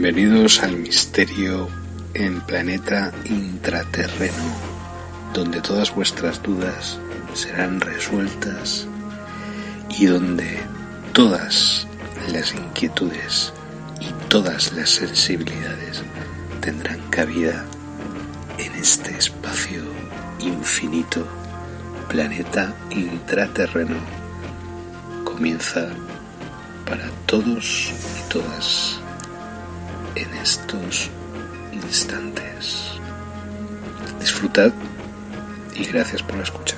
Bienvenidos al misterio en planeta intraterreno, donde todas vuestras dudas serán resueltas y donde todas las inquietudes y todas las sensibilidades tendrán cabida en este espacio infinito, planeta intraterreno. Comienza para todos y todas en estos instantes. Disfrutad y gracias por la escucha.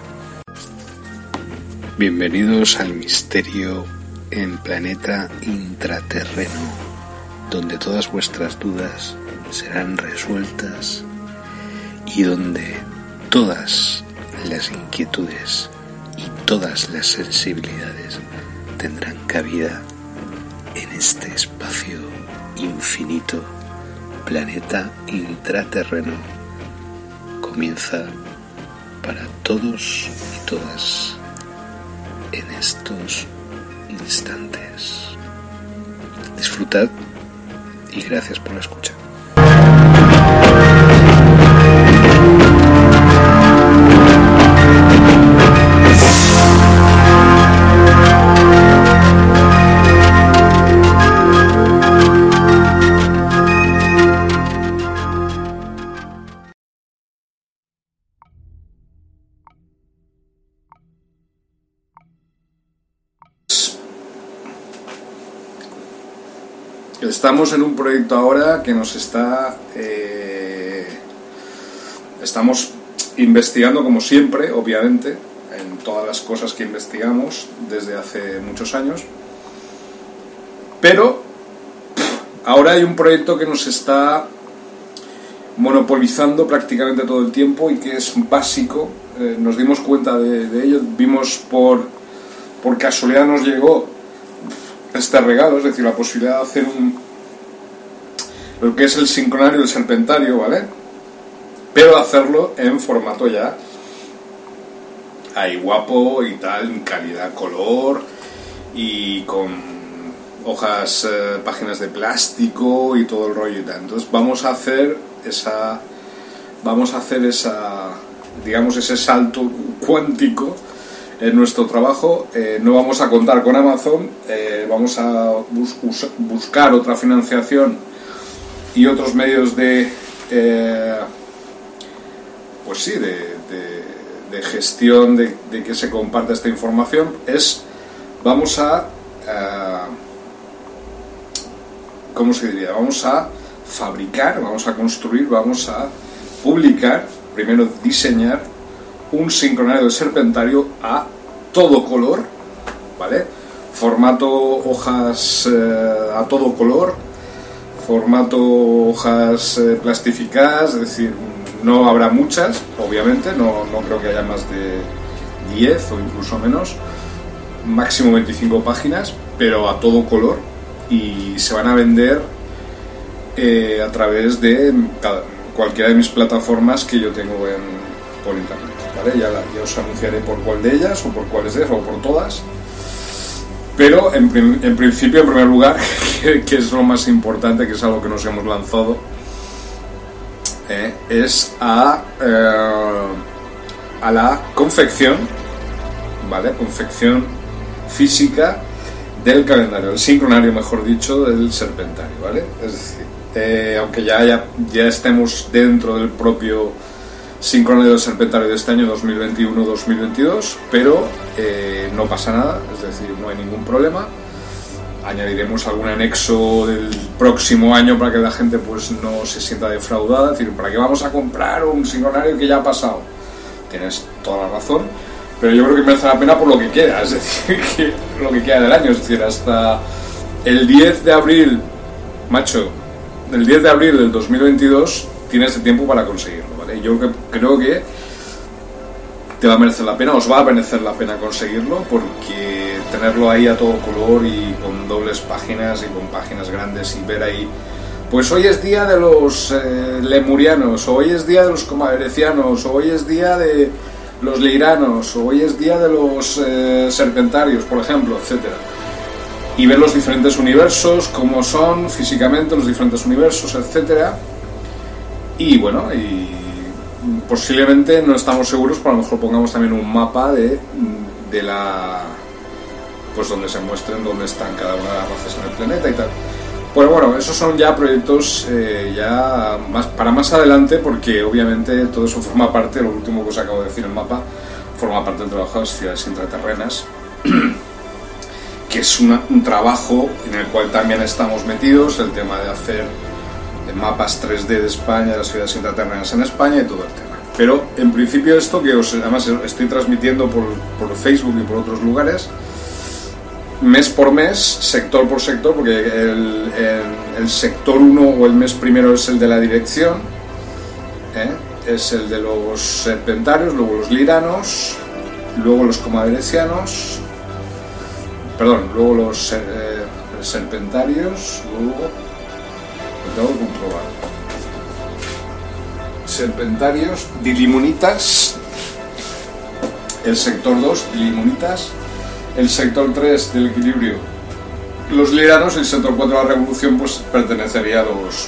Bienvenidos al misterio en planeta intraterreno, donde todas vuestras dudas serán resueltas y donde todas las inquietudes y todas las sensibilidades tendrán cabida en este espacio infinito, planeta intraterreno. Comienza para todos y todas en estos instantes. Disfrutad y gracias por la escucha. Estamos en un proyecto ahora que nos estamos investigando, como siempre, obviamente, en todas las cosas que investigamos desde hace muchos años, pero ahora hay un proyecto que nos está monopolizando prácticamente todo el tiempo y que es básico. Nos dimos cuenta de ello, vimos por casualidad, nos llegó este regalo, es decir, la posibilidad de hacer lo que es el sincronario del serpentario, ¿vale? Pero hacerlo en formato ya ahí guapo y tal, en calidad color y con hojas, páginas de plástico y todo el rollo y tal. Entonces vamos a hacer digamos, ese salto cuántico en nuestro trabajo. No vamos a contar con Amazon, vamos a buscar otra financiación y otros medios de gestión de que se comparta esta información. Vamos a ¿cómo se diría? Vamos a fabricar, vamos a construir, vamos a publicar, primero diseñar un sincronario del serpentario a todo color, ¿vale? Formato hojas a todo color, formato hojas plastificadas, es decir, no habrá muchas, obviamente, no creo que haya más de 10 o incluso menos, máximo 25 páginas, pero a todo color, y se van a vender a través de cualquiera de mis plataformas que yo tengo por internet. ¿Vale? Ya os anunciaré por cuál de ellas o por cuáles o por todas, pero en principio, en primer lugar, que es lo más importante, que es algo que nos hemos lanzado, es a la confección, ¿vale? Confección física del calendario, el sincronario, mejor dicho, del serpentario, ¿vale? Es decir, aunque ya estemos dentro del propio sincronario del serpentario de este año 2021-2022, pero no pasa nada, es decir, no hay ningún problema. Añadiremos algún anexo del próximo año para que la gente pues no se sienta defraudada, es decir, ¿para qué vamos a comprar un sincronario que ya ha pasado? Tienes toda la razón, pero yo creo que merece la pena por lo que queda, es decir, que lo que queda del año, es decir, hasta el 10 de abril, el 10 de abril del 2022 tienes de tiempo para conseguirlo. Yo creo que te va a merecer la pena, os va a merecer la pena conseguirlo, porque tenerlo ahí a todo color y con dobles páginas y con páginas grandes y ver ahí, pues hoy es día de los lemurianos, o hoy es día de los comaderecianos, o hoy es día de los leiranos, o hoy es día de los serpentarios, por ejemplo, etcétera. y ver los diferentes universos, cómo son físicamente los diferentes universos, etcétera. Y bueno, y posiblemente, no estamos seguros, pero a lo mejor pongamos también un mapa de la, pues donde se muestren dónde están cada una de las razas en el planeta y tal. Pues bueno, esos son ya proyectos ya para más adelante, porque obviamente todo eso forma parte, lo último que os acabo de decir, el mapa forma parte del trabajo de las ciudades intraterrenas, que es un trabajo en el cual también estamos metidos, el tema de hacer mapas 3D de España, de las ciudades intraterrenas en España y todo el tema. Pero en principio esto que además estoy transmitiendo por Facebook y por otros lugares, mes por mes, sector por sector, porque el sector 1 o el mes primero es el de la dirección, es el de los serpentarios, luego los liranos, luego los comaverecianos, luego los serpentarios, luego lo tengo que comprobar, serpentarios, dilimunitas, el sector 2, dilimunitas, el sector 3 del equilibrio, los liranos, el sector 4 de la revolución, pues pertenecería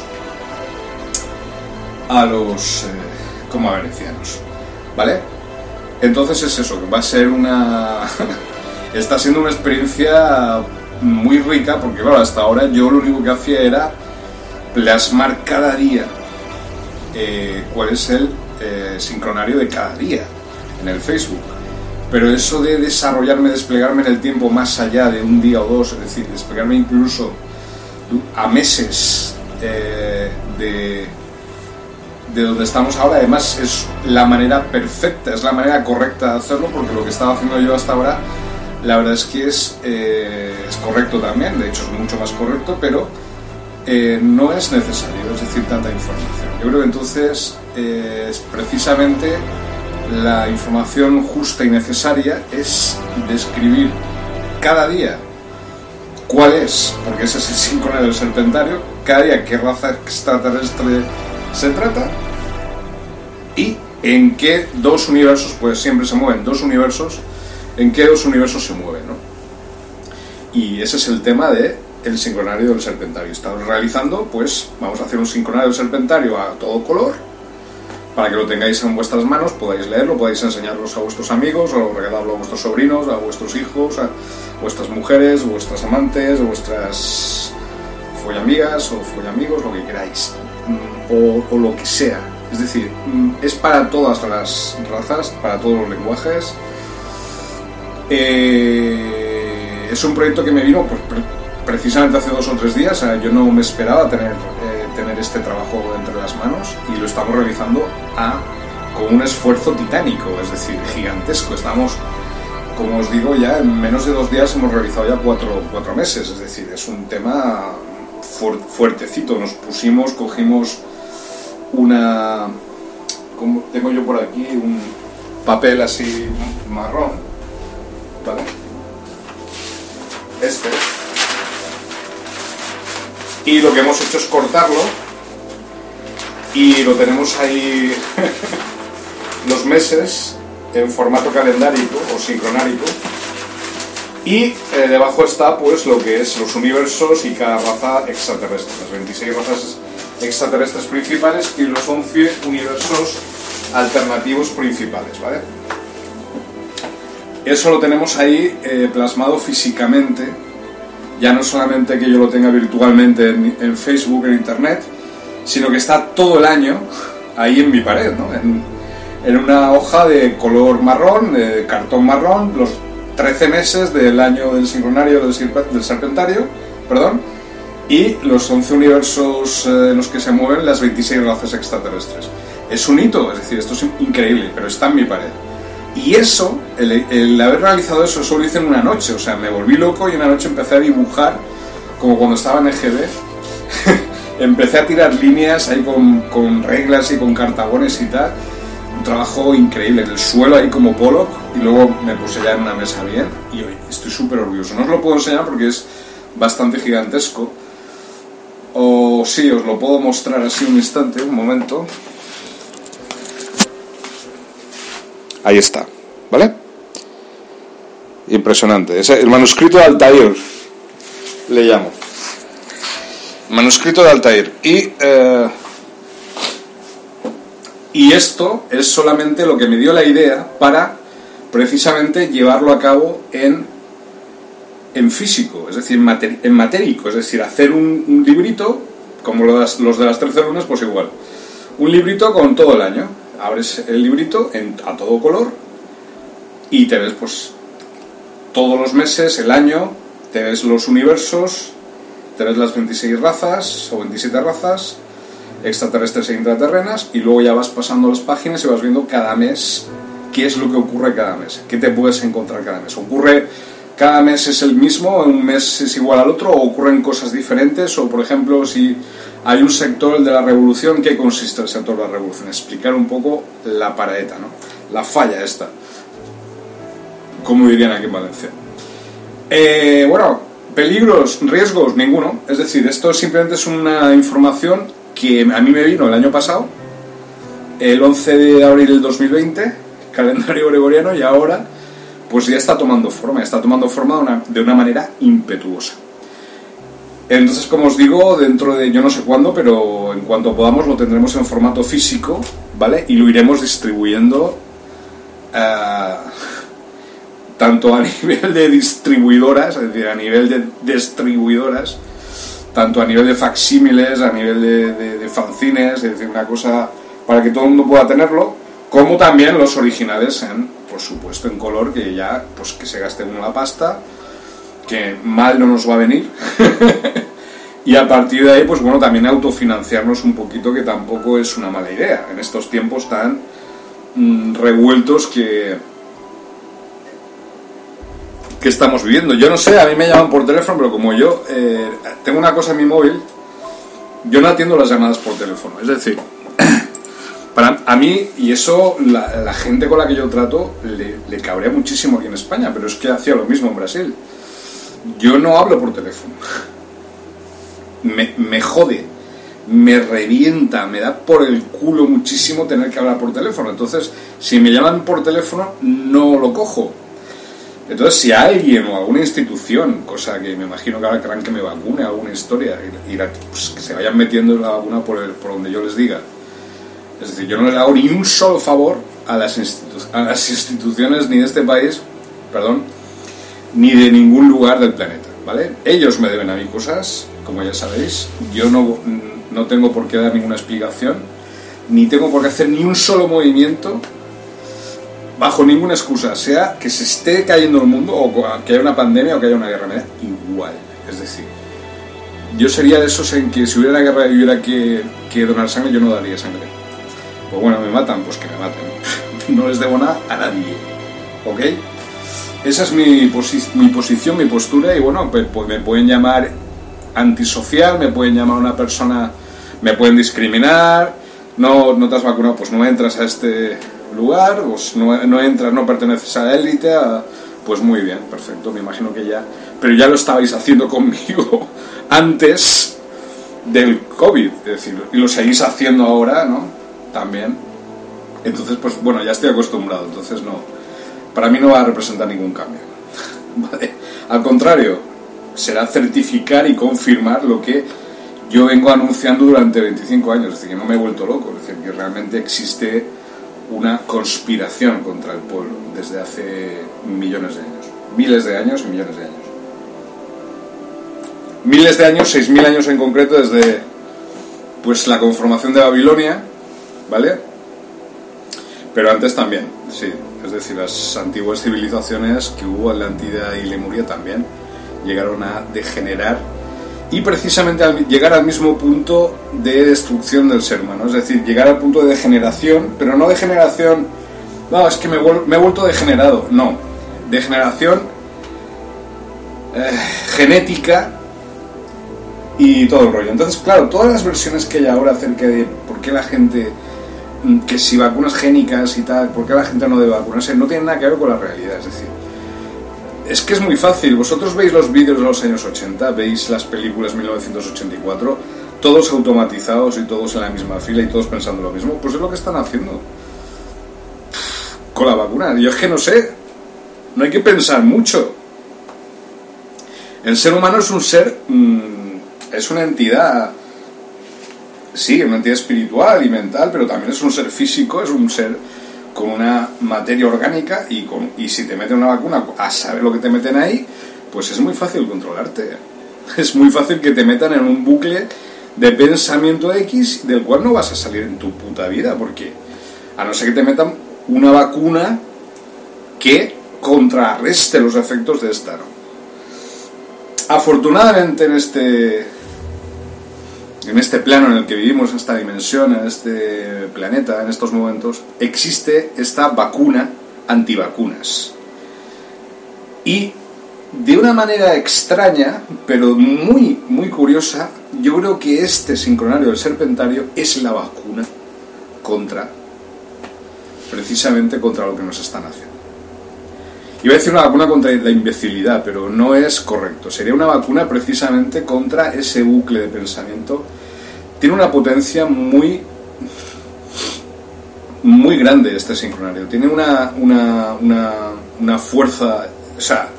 a los comaverecianos, ¿vale? Entonces es eso, que va a ser está siendo una experiencia muy rica, porque claro, hasta ahora yo lo único que hacía era plasmar cada día cuál es el sincronario de cada día en el Facebook. Pero eso de desarrollarme, desplegarme en el tiempo más allá de un día o dos, es decir, desplegarme incluso a meses de donde estamos ahora, además es la manera perfecta, es la manera correcta de hacerlo, porque lo que estaba haciendo yo hasta ahora, la verdad es que es correcto también, de hecho es mucho más correcto, pero no es necesario, es decir, tanta información. Yo creo que entonces es precisamente la información justa y necesaria es describir cada día cuál es, porque ese es el sincronario del serpentario, cada día qué raza extraterrestre se trata y en qué dos universos, pues siempre se mueven dos universos, en qué dos universos se mueven, ¿no? Y ese es el tema del sincronario del serpentario. Estamos realizando, pues vamos a hacer un sincronario del serpentario a todo color, para que lo tengáis en vuestras manos, podáis leerlo, podáis enseñarlos a vuestros amigos, o regalarlo a vuestros sobrinos, a vuestros hijos, a vuestras mujeres, vuestras amantes, vuestras follamigas o follamigos, lo que queráis, o lo que sea. Es decir, es para todas las razas, para todos los lenguajes. Es un proyecto que me vino pues, precisamente hace 2 o 3 días. O sea, yo no me esperaba tener este trabajo entre las manos, y lo estamos realizando con un esfuerzo titánico, es decir, gigantesco. Estamos, como os digo, ya en menos de 2 días hemos realizado ya 4 meses, es decir, es un tema fuertecito. Cogimos como tengo yo por aquí, un papel así marrón, ¿vale? Y lo que hemos hecho es cortarlo y lo tenemos ahí los meses en formato calendárico o sincronárico, y debajo está pues lo que es los universos y cada raza extraterrestre, las 26 razas extraterrestres principales y los 11 universos alternativos principales, ¿vale? Eso lo tenemos ahí plasmado físicamente. Ya no solamente que yo lo tenga virtualmente en Facebook, en Internet, sino que está todo el año ahí en mi pared, ¿no? En una hoja de color marrón, de cartón marrón, los 13 meses del año del sincronario del serpentario, y los 11 universos en los que se mueven las 26 razas extraterrestres. Es un hito, es decir, esto es increíble, pero está en mi pared. Y eso, el haber realizado eso lo hice en una noche, o sea, me volví loco y una noche empecé a dibujar, como cuando estaba en EGB, empecé a tirar líneas ahí con reglas y con cartabones y tal, un trabajo increíble, en el suelo ahí como Pollock, y luego me puse ya en una mesa bien, y hoy estoy súper orgulloso. No os lo puedo enseñar porque es bastante gigantesco, o sí, os lo puedo mostrar así un instante, un momento. Ahí está, ¿vale? Impresionante. Es el manuscrito de Altair. le llamo. Manuscrito de Altair. Y esto es solamente lo que me dio la idea para precisamente llevarlo a cabo en físico, es decir, en matérico, es decir, hacer un librito, como los de las 13 lunas, pues igual. Un librito con todo el año. Abres el librito a todo color y te ves pues todos los meses, el año, te ves los universos, te ves las 26 razas o 27 razas extraterrestres e intraterrenas, y luego ya vas pasando las páginas y vas viendo cada mes qué es lo que ocurre cada mes, qué te puedes encontrar cada mes. Cada mes es el mismo, un mes es igual al otro, o ocurren cosas diferentes, o por ejemplo, si hay un sector, el de la revolución, ¿qué consiste el sector de la revolución? Explicar un poco la paraeta, ¿no? La falla esta, como dirían aquí en Valencia. Bueno, peligros, riesgos, ninguno. Es decir, esto simplemente es una información que a mí me vino el año pasado, el 11 de abril del 2020, calendario gregoriano, y ahora pues ya está tomando forma de una manera impetuosa. Entonces, como os digo, dentro de yo no sé cuándo, pero en cuanto podamos lo tendremos en formato físico, ¿vale? Y lo iremos distribuyendo tanto a nivel de distribuidoras, es decir, a nivel de distribuidoras, tanto a nivel de facsímiles, a nivel de fanzines, es decir, una cosa para que todo el mundo pueda tenerlo, como también los originales por supuesto, en color, que ya, pues que se gaste uno la pasta, que mal no nos va a venir, y a partir de ahí, pues bueno, también autofinanciarnos un poquito, que tampoco es una mala idea, en estos tiempos tan revueltos que estamos viviendo. Yo no sé, a mí me llaman por teléfono, pero como yo tengo una cosa en mi móvil, yo no atiendo las llamadas por teléfono, es decir, a mí, y eso la gente con la que yo trato le cabrea muchísimo aquí en España, pero es que hacía lo mismo en Brasil. Yo no hablo por teléfono, me jode, me revienta, me da por el culo muchísimo tener que hablar por teléfono. Entonces, si me llaman por teléfono, no lo cojo. Entonces, si alguien o alguna institución, cosa que me imagino que ahora querrán que me vacune, alguna historia, pues, que se vayan metiendo en la vacuna por donde yo les diga. Es decir, yo no les hago ni un solo favor a las instituciones ni de este país, ni de ningún lugar del planeta, ¿vale? Ellos me deben a mí cosas, como ya sabéis. Yo no tengo por qué dar ninguna explicación, ni tengo por qué hacer ni un solo movimiento bajo ninguna excusa, sea que se esté cayendo el mundo, o que haya una pandemia, o que haya una guerra, me da igual. Es decir, yo sería de esos en que si hubiera una guerra y hubiera que donar sangre, yo no daría sangre. Pues bueno, me matan, pues que me maten. No les debo nada a nadie, ¿ok? Esa es mi posición, mi postura, y bueno, pues me pueden llamar antisocial, me pueden llamar una persona, me pueden discriminar, no te has vacunado, pues no entras a este lugar, pues no entras, no perteneces a la élite, pues muy bien, perfecto, me imagino que ya, pero ya lo estabais haciendo conmigo antes del COVID, es decir, y lo seguís haciendo ahora, ¿no? También. Entonces, pues bueno, ya estoy acostumbrado, entonces no, para mí no va a representar ningún cambio. ¿Vale? Al contrario, será certificar y confirmar lo que yo vengo anunciando durante 25 años, es decir, que no me he vuelto loco, es decir, que realmente existe una conspiración contra el pueblo desde hace millones de años, miles de años y millones de años. Miles de años, 6.000 años en concreto, desde pues la conformación de Babilonia, ¿vale? Pero antes también, sí, es decir, las antiguas civilizaciones que hubo, Atlántida y Lemuria, también llegaron a degenerar, y precisamente llegar al mismo punto de destrucción del ser humano, es decir, llegar al punto de degeneración, pero no degeneración, no, es que me he vuelto degenerado, no, degeneración genética y todo el rollo. Entonces, claro, todas las versiones que hay ahora acerca de por qué la gente, que si vacunas génicas y tal, por qué la gente no debe vacunarse, no tienen nada que ver con la realidad. Es decir, es que es muy fácil. Vosotros veis los vídeos de los años 80, veis las películas 1984, todos automatizados y todos en la misma fila y todos pensando lo mismo. Pues es lo que están haciendo con la vacuna. Yo es que no sé, no hay que pensar mucho. El ser humano es un ser, es una entidad, sí, una entidad espiritual y mental, pero también es un ser físico, es un ser con una materia orgánica y si te meten una vacuna, a saber lo que te meten ahí, pues es muy fácil controlarte. Es muy fácil que te metan en un bucle de pensamiento X del cual no vas a salir en tu puta vida, porque a no ser que te metan una vacuna que contrarreste los efectos de esta, ¿no? Afortunadamente en este plano en el que vivimos, en esta dimensión, en este planeta, en estos momentos, existe esta vacuna antivacunas. Y de una manera extraña, pero muy, muy curiosa, yo creo que este sincronario del Serpentario es la vacuna precisamente contra lo que nos están haciendo. Iba a decir una vacuna contra la imbecilidad, pero no es correcto. Sería una vacuna precisamente contra ese bucle de pensamiento. Tiene una potencia muy grande este sincronario. Tiene una fuerza, o sea,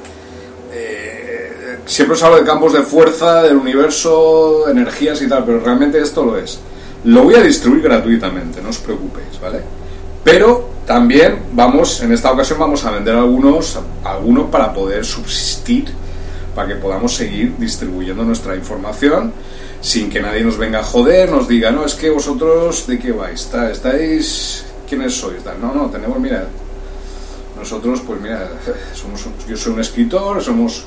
siempre os hablo de campos de fuerza del universo, energías y tal, pero realmente esto lo es. Lo voy a distribuir gratuitamente, no os preocupéis, ¿vale? Pero también en esta ocasión vamos a vender algunos para poder subsistir, para que podamos seguir distribuyendo nuestra información sin que nadie nos venga a joder, nos diga, no, es que vosotros, ¿de qué vais? ¿Estáis? ¿Quiénes sois? No, tenemos, mira, nosotros, pues mira, yo soy un escritor, somos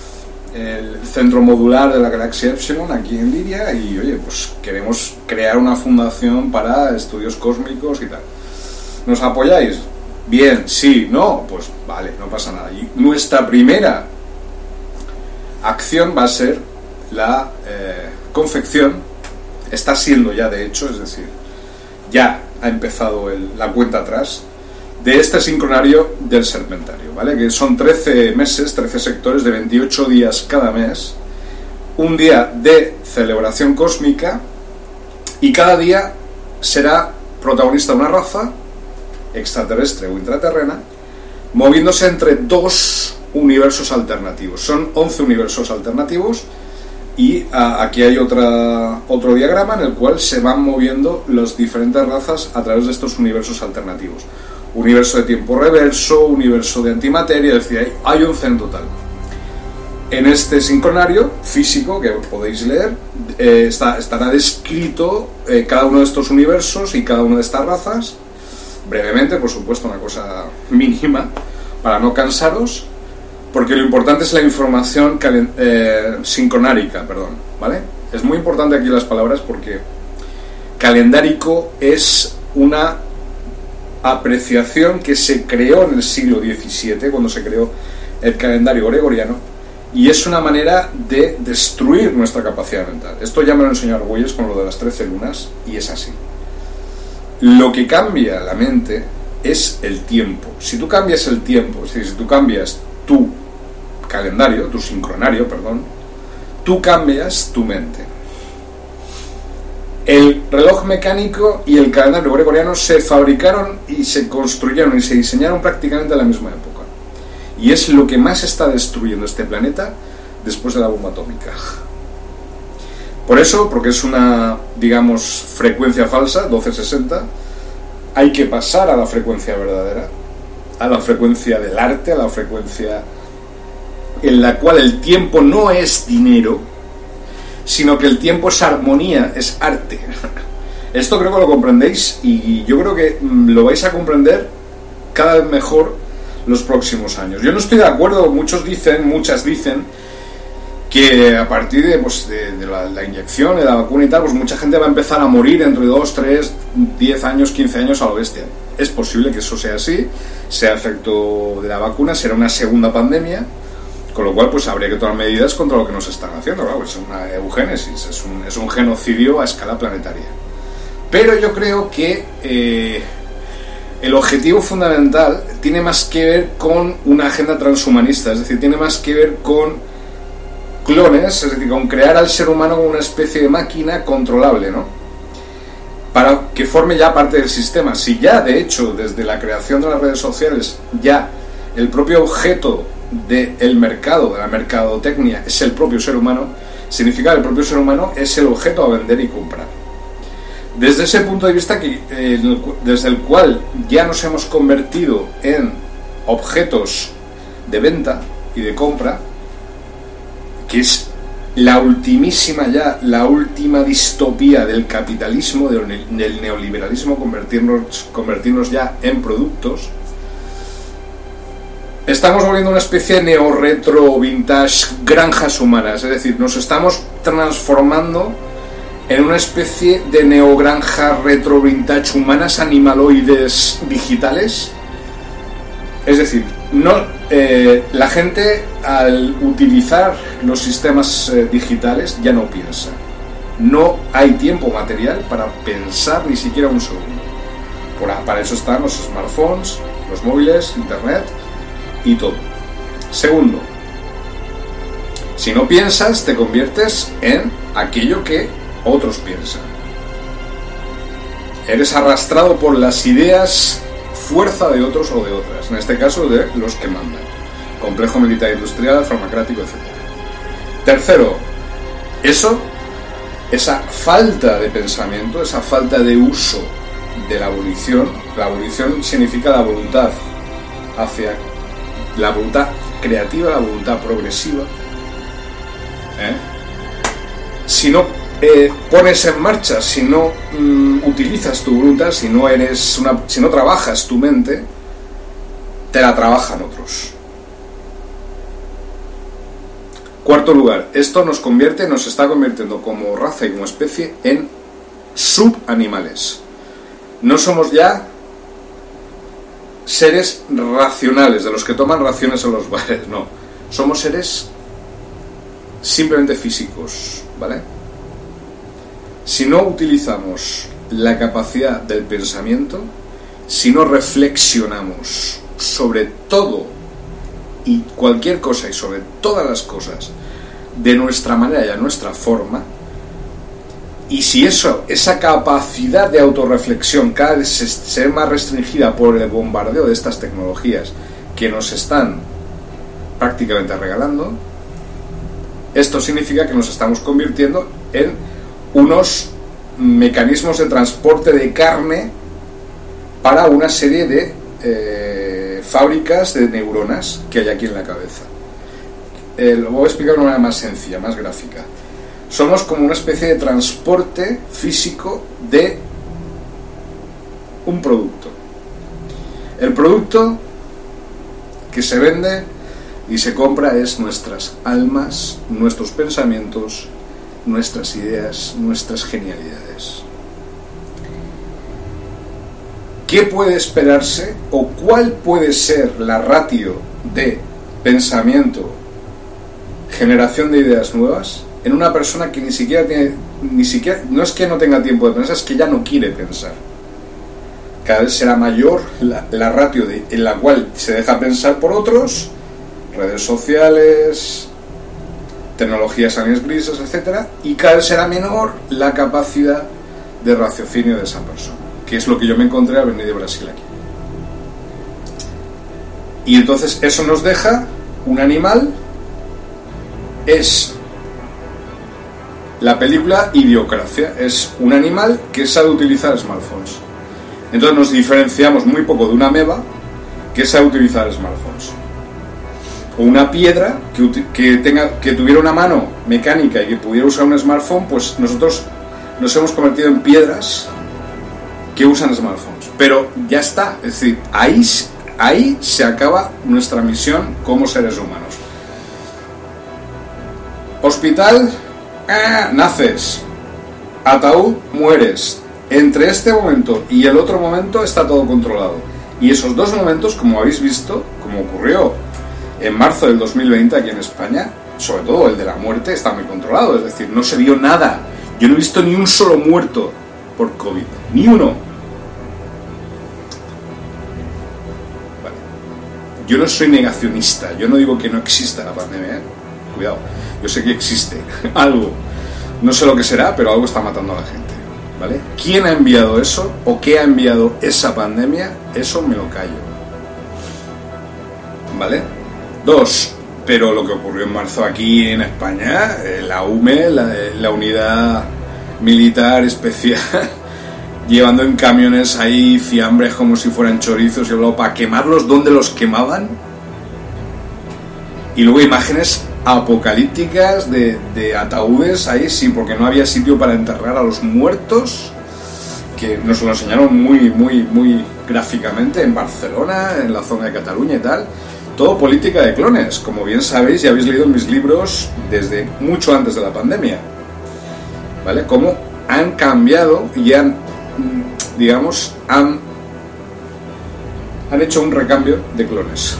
el centro modular de la galaxia Epsilon aquí en Liria y, oye, pues queremos crear una fundación para estudios cósmicos y tal. ¿Nos apoyáis? Bien, sí, no, pues vale, no pasa nada. Y nuestra primera acción va a ser la confección, está siendo ya de hecho, es decir, ya ha empezado la cuenta atrás de este sincronario del Serpentario, ¿vale? Que son 13 meses, 13 sectores de 28 días cada mes, un día de celebración cósmica y cada día será protagonista una raza extraterrestre o intraterrena, moviéndose entre dos universos alternativos. Son 11 universos alternativos y aquí hay otro diagrama en el cual se van moviendo las diferentes razas a través de estos universos alternativos. Universo de tiempo reverso, universo de antimateria, es decir, hay 11 en total. En este sincronario físico que podéis leer estará descrito cada uno de estos universos y cada una de estas razas brevemente, por supuesto, una cosa mínima para no cansaros, porque lo importante es la información sincronárica, ¿vale? Es muy importante aquí las palabras porque calendárico es una apreciación que se creó en el siglo XVII, cuando se creó el calendario gregoriano, y es una manera de destruir nuestra capacidad mental. Esto ya me lo enseñó Argüelles con lo de las 13 lunas, y es así. Lo que cambia la mente es el tiempo. Si tú cambias el tiempo, es decir, si tú cambias tu calendario, tu sincronario, tú cambias tu mente. El reloj mecánico y el calendario gregoriano se fabricaron y se construyeron y se diseñaron prácticamente a la misma época. Y es lo que más está destruyendo este planeta después de la bomba atómica. Por eso, porque es una, digamos, frecuencia falsa, 1260, hay que pasar a la frecuencia verdadera, a la frecuencia del arte, a la frecuencia en la cual el tiempo no es dinero, sino que el tiempo es armonía, es arte. Esto creo que lo comprendéis y yo creo que lo vais a comprender cada vez mejor los próximos años. Yo no estoy de acuerdo, muchas dicen que a partir de la inyección, de la vacuna y tal, pues mucha gente va a empezar a morir dentro de 2, 3, 10 años, 15 años a lo bestia. Es posible que eso sea así, sea efecto de la vacuna, será una segunda pandemia, con lo cual pues habría que tomar medidas contra lo que nos están haciendo, claro, es una eugénesis, es un genocidio a escala planetaria. Pero yo creo que el objetivo fundamental tiene más que ver con una agenda transhumanista, es decir, tiene más que ver con clones, es decir, con crear al ser humano como una especie de máquina controlable, ¿no? Para que forme ya parte del sistema. Si ya, de hecho, desde la creación de las redes sociales, ya el propio objeto del mercado, de la mercadotecnia, es el propio ser humano, significa que el propio ser humano es el objeto a vender y comprar. Desde ese punto de vista, desde el cual ya nos hemos convertido en objetos de venta y de compra, que es la ultimísima ya, la última distopía del capitalismo, del neoliberalismo, convertirnos ya en productos. Estamos volviendo una especie de neo-retro vintage granjas humanas, es decir, nos estamos transformando en una especie de neogranja retro vintage humanas animaloides digitales. Es decir, la gente al utilizar los sistemas digitales ya no piensa. No hay tiempo material para pensar ni siquiera un segundo. Para eso están los smartphones, los móviles, internet y todo. Segundo, si no piensas, te conviertes en aquello que otros piensan. Eres arrastrado por las ideas fuerza de otros o de otras, en este caso de los que mandan. Complejo militar industrial, farmacrático, etc. Tercero, esa falta de pensamiento, esa falta de uso de la abolición significa la voluntad hacia la voluntad creativa, la voluntad progresiva. Si no pones en marcha, si no utilizas tu voluntad, si no trabajas tu mente, te la trabajan otros. Cuarto lugar, esto nos está convirtiendo como raza y como especie en subanimales. No somos ya seres racionales, de los que toman raciones en los bares, no. Somos seres simplemente físicos, ¿vale? Si no utilizamos la capacidad del pensamiento, si no reflexionamos sobre todo y cualquier cosa y sobre todas las cosas de nuestra manera y a nuestra forma, y si esa capacidad de autorreflexión cada vez se ve más restringida por el bombardeo de estas tecnologías que nos están prácticamente regalando, esto significa que nos estamos convirtiendo en unos mecanismos de transporte de carne para una serie de fábricas de neuronas que hay aquí en la cabeza. Lo voy a explicar de una manera más sencilla, más gráfica. Somos como una especie de transporte físico de un producto. El producto que se vende y se compra es nuestras almas, nuestros pensamientos, nuestras ideas, nuestras genialidades. ¿Qué puede esperarse o cuál puede ser la ratio de pensamiento, generación de ideas nuevas en una persona que ni siquiera no es que no tenga tiempo de pensar, es que ya no quiere pensar? Cada vez será mayor la ratio en la cual se deja pensar por otros, redes sociales, tecnologías años grises, etc. Y cada vez será menor la capacidad de raciocinio de esa persona, que es lo que yo me encontré al venir de Brasil aquí. Y entonces eso nos deja un animal. Es la película Idiocracia, es un animal que sabe utilizar smartphones. Entonces nos diferenciamos muy poco de una ameba que sabe utilizar smartphones. O una piedra que tuviera una mano mecánica y que pudiera usar un smartphone, pues nosotros nos hemos convertido en piedras que usan smartphones. Pero ya está, es decir, ahí se acaba nuestra misión como seres humanos. Hospital, naces. Ataúd, mueres. Entre este momento y el otro momento está todo controlado. Y esos dos momentos, como habéis visto, como ocurrió en marzo del 2020 aquí en España, sobre todo el de la muerte, está muy controlado. Es decir, no se vio nada. Yo no he visto ni un solo muerto por COVID. Ni uno. Vale. Yo no soy negacionista. Yo no digo que no exista la pandemia, ¿eh? Cuidado. Yo sé que existe algo. No sé lo que será, pero algo está matando a la gente. ¿Vale? ¿Quién ha enviado eso o qué ha enviado esa pandemia? Eso me lo callo. ¿Vale? 2. Pero lo que ocurrió en marzo aquí en España, la UME, la unidad militar especial, llevando en camiones ahí fiambres como si fueran chorizos y luego para quemarlos, ¿dónde los quemaban? Y luego imágenes apocalípticas de ataúdes ahí, sí, porque no había sitio para enterrar a los muertos, que nos lo enseñaron muy gráficamente en Barcelona, en la zona de Cataluña y tal. Todo política de clones, como bien sabéis y habéis leído en mis libros desde mucho antes de la pandemia, ¿vale? Cómo han cambiado y han hecho un recambio de clones.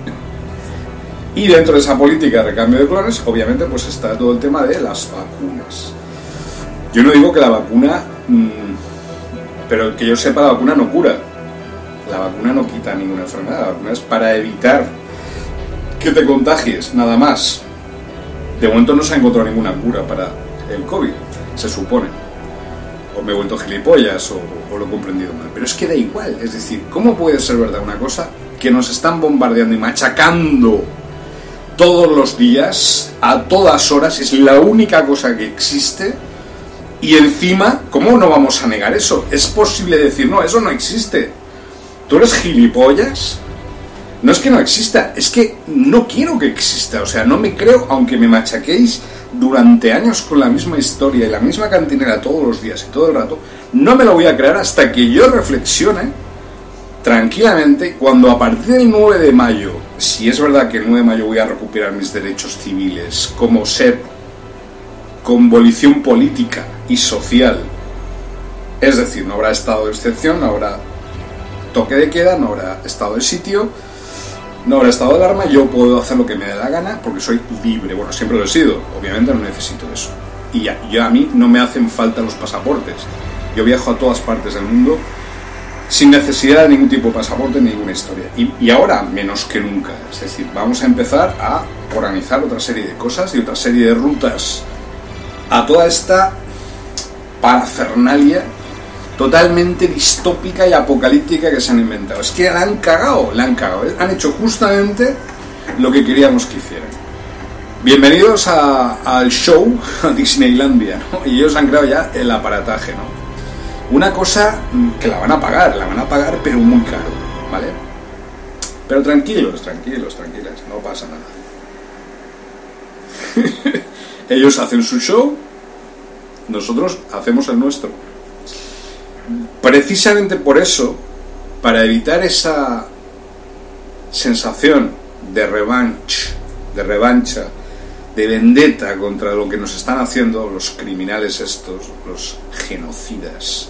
Y dentro de esa política de recambio de clones, obviamente, pues está todo el tema de las vacunas. Yo no digo que la vacuna, pero que yo sepa, la vacuna no cura. La vacuna no quita ninguna enfermedad. La vacuna es para evitar que te contagies, nada más. De momento no se ha encontrado ninguna cura para el COVID, se supone. O me he vuelto gilipollas o lo he comprendido mal. Pero es que da igual. Es decir, ¿cómo puede ser verdad una cosa que nos están bombardeando y machacando todos los días, a todas horas? Es la única cosa que existe. Y encima, ¿cómo no vamos a negar eso? Es posible decir, no, eso no existe. ¿Tú eres gilipollas? No es que no exista, es que no quiero que exista. O sea, no me creo, aunque me machaquéis durante años con la misma historia y la misma cantinera todos los días y todo el rato, no me lo voy a creer hasta que yo reflexione tranquilamente cuando a partir del 9 de mayo, si es verdad que el 9 de mayo voy a recuperar mis derechos civiles como ser con volición política y social, es decir, no habrá estado de excepción, no habrá toque de queda, no habrá estado de sitio, no habrá estado de alarma, yo puedo hacer lo que me dé la gana porque soy libre. Bueno, siempre lo he sido, obviamente no necesito eso. Y ya a mí no me hacen falta los pasaportes. Yo viajo a todas partes del mundo sin necesidad de ningún tipo de pasaporte, ni ninguna historia. Y ahora menos que nunca. Es decir, vamos a empezar a organizar otra serie de cosas y otra serie de rutas a toda esta parafernalia totalmente distópica y apocalíptica que se han inventado. Es que la han cagado. Han hecho justamente lo que queríamos que hicieran. Bienvenidos al show, a Disneylandia, ¿no? Y ellos han creado ya el aparataje, ¿no? Una cosa que la van a pagar, pero muy caro, ¿vale? Pero tranquilos, tranquilas, no pasa nada. Ellos hacen su show, nosotros hacemos el nuestro. Precisamente por eso, para evitar esa sensación de revancha, de vendetta contra lo que nos están haciendo los criminales estos, los genocidas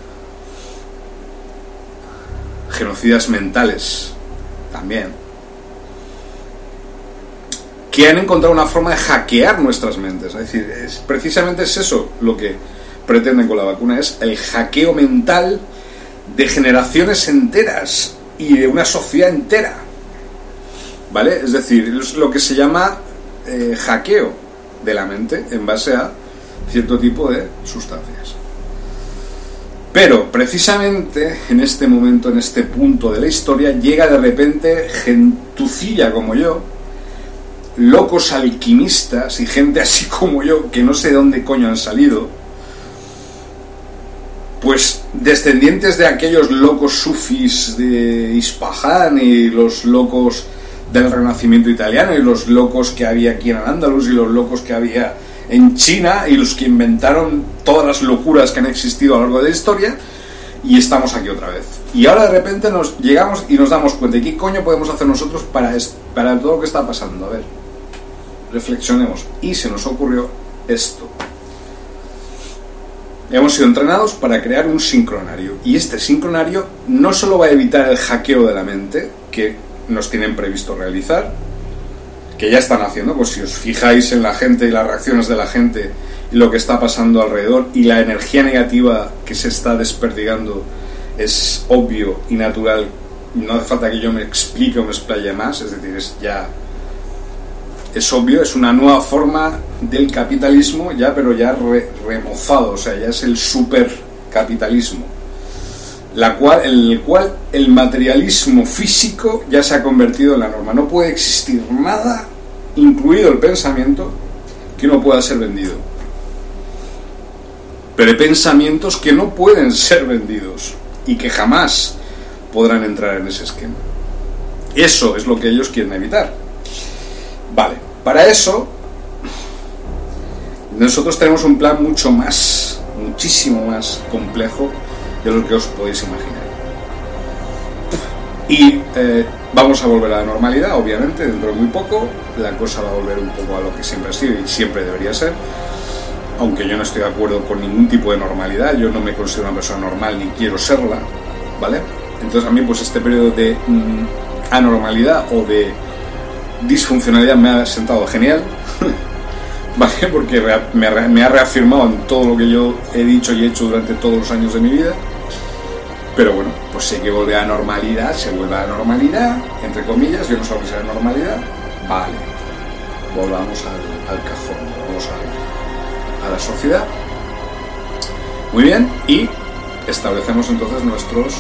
mentales también, que han encontrado una forma de hackear nuestras mentes. Es decir, precisamente es eso lo que pretenden con la vacuna, es el hackeo mental de generaciones enteras y de una sociedad entera, ¿vale? Es decir, es lo que se llama hackeo de la mente en base a cierto tipo de sustancias. Pero precisamente en este momento, en este punto de la historia, llega de repente gentucilla como yo, locos alquimistas y gente así como yo, que no sé de dónde coño han salido, pues descendientes de aquellos locos sufis de Ispahan y los locos del Renacimiento italiano y los locos que había aquí en Al-Ándalus y los locos que había en China y los que inventaron todas las locuras que han existido a lo largo de la historia, y estamos aquí otra vez. Y ahora de repente nos llegamos y nos damos cuenta de qué coño podemos hacer nosotros para todo lo que está pasando. A ver, reflexionemos. Y se nos ocurrió esto. Hemos sido entrenados para crear un sincronario, y este sincronario no solo va a evitar el hackeo de la mente que nos tienen previsto realizar, que ya están haciendo, pues si os fijáis en la gente y las reacciones de la gente y lo que está pasando alrededor y la energía negativa que se está desperdigando, es obvio y natural, no hace falta que yo me explique o me explaye más, es decir, es obvio, es una nueva forma del capitalismo ya, pero ya remozado, o sea, ya es el supercapitalismo, en el cual el materialismo físico ya se ha convertido en la norma. No puede existir nada, incluido el pensamiento, que no pueda ser vendido. Pero hay pensamientos que no pueden ser vendidos y que jamás podrán entrar en ese esquema. Eso es lo que ellos quieren evitar. Vale, para eso nosotros tenemos un plan muchísimo más complejo de lo que os podéis imaginar. Y vamos a volver a la normalidad, obviamente, dentro de muy poco. La cosa va a volver un poco a lo que siempre ha sido y siempre debería ser. Aunque yo no estoy de acuerdo con ningún tipo de normalidad, yo no me considero una persona normal ni quiero serla, ¿vale? Entonces a mí pues este periodo de anormalidad o de disfuncionalidad me ha sentado genial, ¿vale? Porque me ha reafirmado en todo lo que yo he dicho y he hecho durante todos los años de mi vida. Pero bueno, pues si hay que volver a la normalidad, se vuelve a la normalidad, entre comillas. Yo no sé lo que sea la normalidad. Vale, volvamos al cajón, volvamos a la sociedad. Muy bien, y establecemos entonces nuestros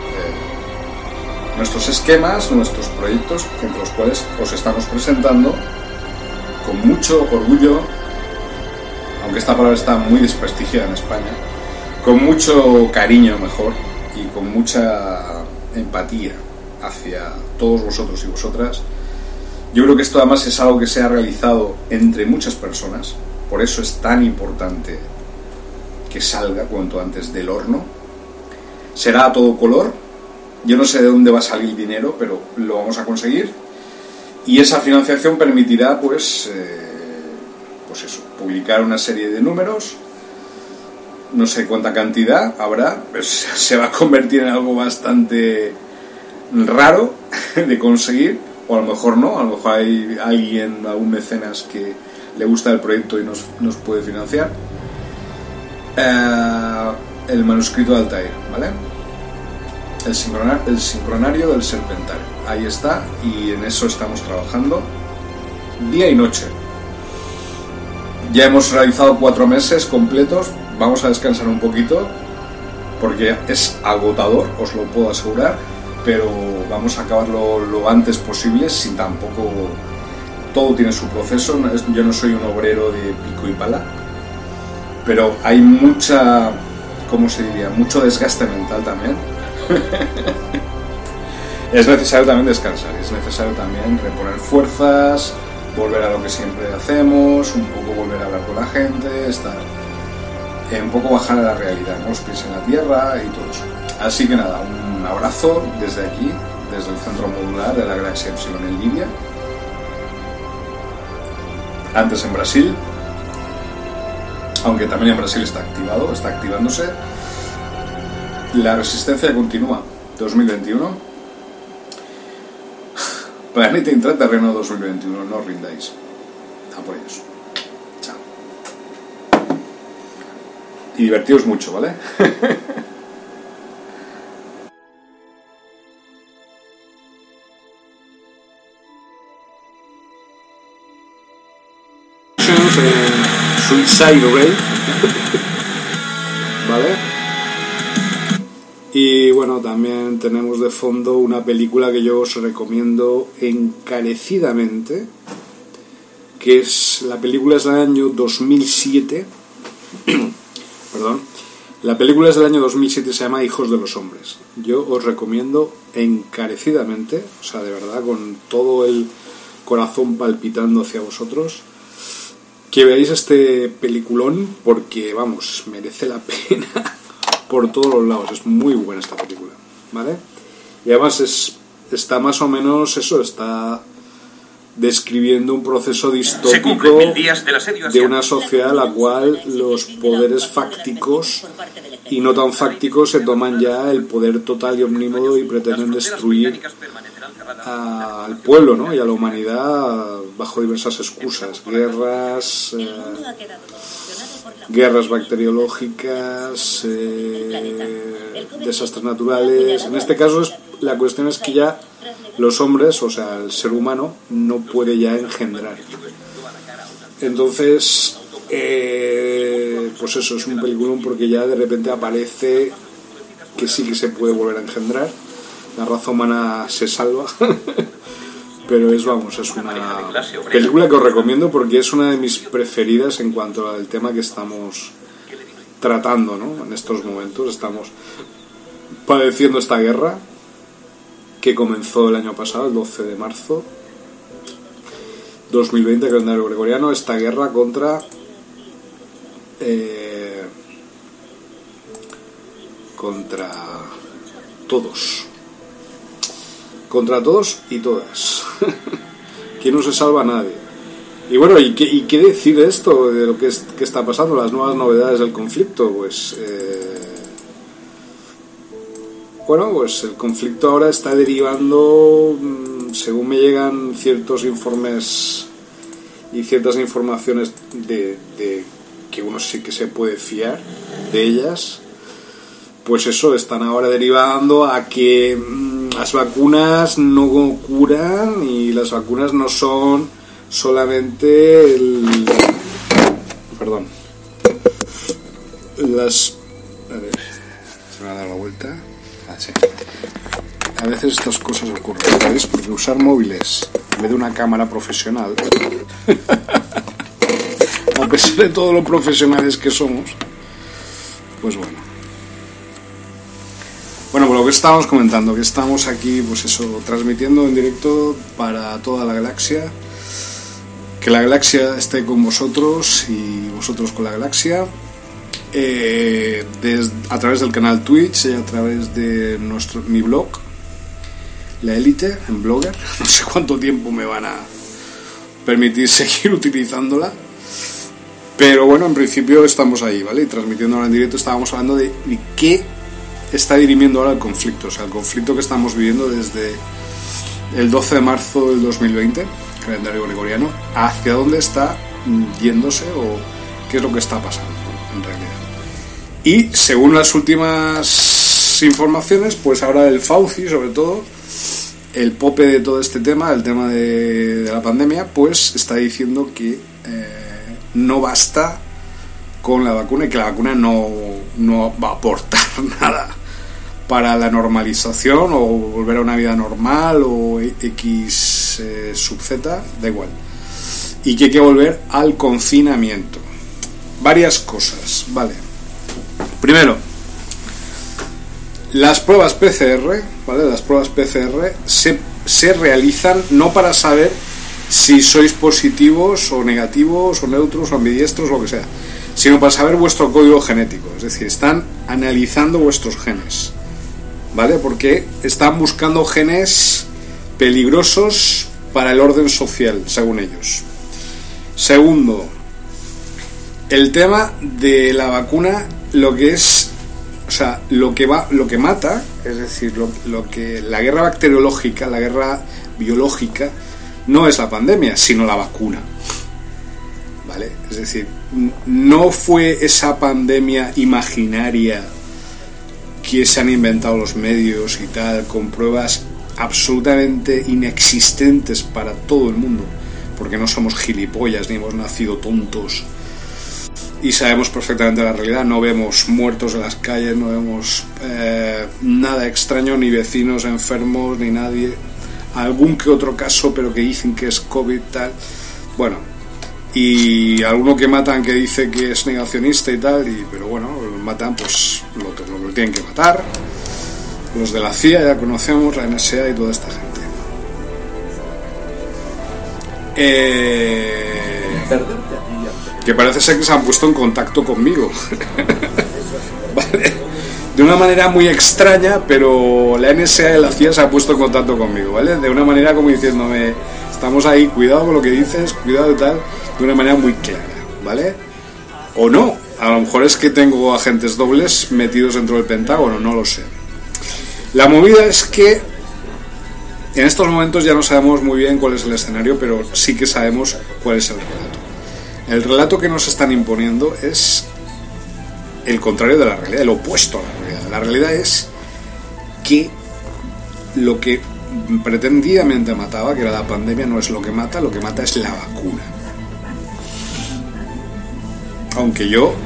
esquemas, nuestros proyectos, entre los cuales os estamos presentando con mucho orgullo, aunque esta palabra está muy desprestigiada en España, con mucho cariño mejor y con mucha empatía hacia todos vosotros y vosotras. Yo creo que esto además es algo que se ha realizado entre muchas personas, por eso es tan importante que salga cuanto antes del horno. Será a todo color, yo no sé de dónde va a salir el dinero, pero lo vamos a conseguir, y esa financiación permitirá pues eso, publicar una serie de números. No sé cuánta cantidad habrá, pues se va a convertir en algo bastante raro de conseguir, o a lo mejor no, a lo mejor hay alguien, algún mecenas que le gusta el proyecto y nos puede financiar. El manuscrito de Altair, ¿vale? El sincronario del Serpentario, ahí está, y en eso estamos trabajando día y noche. Ya hemos realizado 4 meses completos. Vamos a descansar un poquito porque es agotador, os lo puedo asegurar, pero vamos a acabarlo lo antes posible, sin tampoco... Todo tiene su proceso. Yo no soy un obrero de pico y pala, pero hay mucha, ¿cómo se diría? Mucho desgaste mental también. Es necesario también descansar, es necesario también reponer fuerzas, volver a lo que siempre hacemos, un poco volver a hablar con la gente, estar... un poco bajar a la realidad, ¿no? Los pies en la tierra y todo eso. Así que nada, un abrazo desde aquí, desde el centro modular de la Galaxia Epsilon en Libia, antes en Brasil, aunque también en Brasil está activado, está activándose. La resistencia continúa. 2021, Planeta Intraterreno 2021, no os rindáis, a por ellos. Y divertidos mucho, ¿vale? Suicide Ray, ¿vale? Y bueno, también tenemos de fondo una película que yo os recomiendo encarecidamente, que es, la película es del año 2007. Perdón. La película es del año 2007, se llama Hijos de los Hombres. Yo os recomiendo encarecidamente, o sea, de verdad, con todo el corazón palpitando hacia vosotros, que veáis este peliculón, porque, vamos, merece la pena por todos los lados. Es muy buena esta película, ¿vale? Y además está más o menos eso, está describiendo un proceso distópico de una sociedad en la cual los poderes fácticos y no tan fácticos se toman ya el poder total y omnímodo y pretenden destruir al pueblo, ¿no? Y a la humanidad bajo diversas excusas, guerras bacteriológicas, desastres naturales. En este caso la cuestión es que ya los hombres, o sea, el ser humano, no puede ya engendrar. Entonces, pues eso, es un peliculón porque ya de repente aparece que sí que se puede volver a engendrar. La raza humana se salva. Pero es una película que os recomiendo porque es una de mis preferidas en cuanto al tema que estamos tratando, ¿no? En estos momentos estamos padeciendo esta guerra que comenzó el año pasado, el 12 de marzo 2020, calendario gregoriano, esta guerra contra todos y todas. Que no se salva a nadie. Y bueno, ¿y qué decir de esto, de lo que está pasando, las nuevas novedades del conflicto? Pues pues el conflicto ahora está derivando, según me llegan ciertos informes y ciertas informaciones de que uno sí que se puede fiar de ellas, pues eso, están ahora derivando a que las vacunas no curan y las vacunas no son solamente a ver, se me ha dado la vuelta. Sí. A veces estas cosas ocurren, ¿sabéis? Porque usar móviles en vez de una cámara profesional, a pesar de todo lo profesionales que somos, pues bueno. Bueno, por lo que estábamos comentando, que estamos aquí, pues eso, transmitiendo en directo para toda la galaxia, que la galaxia esté con vosotros y vosotros con la galaxia, a través del canal Twitch y a través de mi blog, La Élite, en Blogger. No sé cuánto tiempo me van a permitir seguir utilizándola, pero bueno, en principio estamos ahí, ¿vale? Y transmitiendo ahora en directo estábamos hablando de qué está dirimiendo ahora el conflicto, o sea, el conflicto que estamos viviendo desde el 12 de marzo del 2020, calendario gregoriano, hacia dónde está yéndose o qué es lo que está pasando en realidad. Y según las últimas informaciones, pues ahora el Fauci, sobre todo, el pope de todo este tema, el tema de la pandemia, pues está diciendo que no basta con la vacuna y que la vacuna no va a aportar nada para la normalización o volver a una vida normal o X sub Z, da igual, y que hay que volver al confinamiento. Varias cosas, vale. Primero, las pruebas PCR, ¿vale? Las pruebas PCR se realizan no para saber si sois positivos o negativos o neutros o ambidiestros, lo que sea, sino para saber vuestro código genético. Es decir, están analizando vuestros genes, ¿vale? Porque están buscando genes peligrosos para el orden social, según ellos. Segundo, el tema de la vacuna, lo que es, o sea, lo que mata, es decir, lo que la guerra bacteriológica, la guerra biológica, no es la pandemia, sino la vacuna, ¿vale? Es decir, no fue esa pandemia imaginaria que se han inventado los medios y tal, con pruebas absolutamente inexistentes para todo el mundo, porque no somos gilipollas ni hemos nacido tontos y sabemos perfectamente la realidad. No vemos muertos en las calles, no vemos nada extraño, ni vecinos enfermos, ni nadie. Algún que otro caso, pero que dicen que es COVID, tal. Bueno, y alguno que matan que dice que es negacionista y tal, pero bueno, lo matan, pues lo tienen que matar. Los de la CIA ya conocemos, la NSA y toda esta gente. Que parece ser que se han puesto en contacto conmigo. ¿Vale? De una manera muy extraña, pero la NSA y la CIA se ha puesto en contacto conmigo, ¿vale? De una manera como diciéndome, estamos ahí, cuidado con lo que dices, cuidado y tal, de una manera muy clara, ¿vale? O no, a lo mejor es que tengo agentes dobles metidos dentro del Pentágono, no lo sé. La movida es que en estos momentos ya no sabemos muy bien cuál es el escenario, pero sí que sabemos cuál es el relato. El relato que nos están imponiendo es el contrario de la realidad, el opuesto a la realidad. La realidad es que lo que pretendidamente mataba, que era la pandemia, no es lo que mata es la vacuna. Aunque yo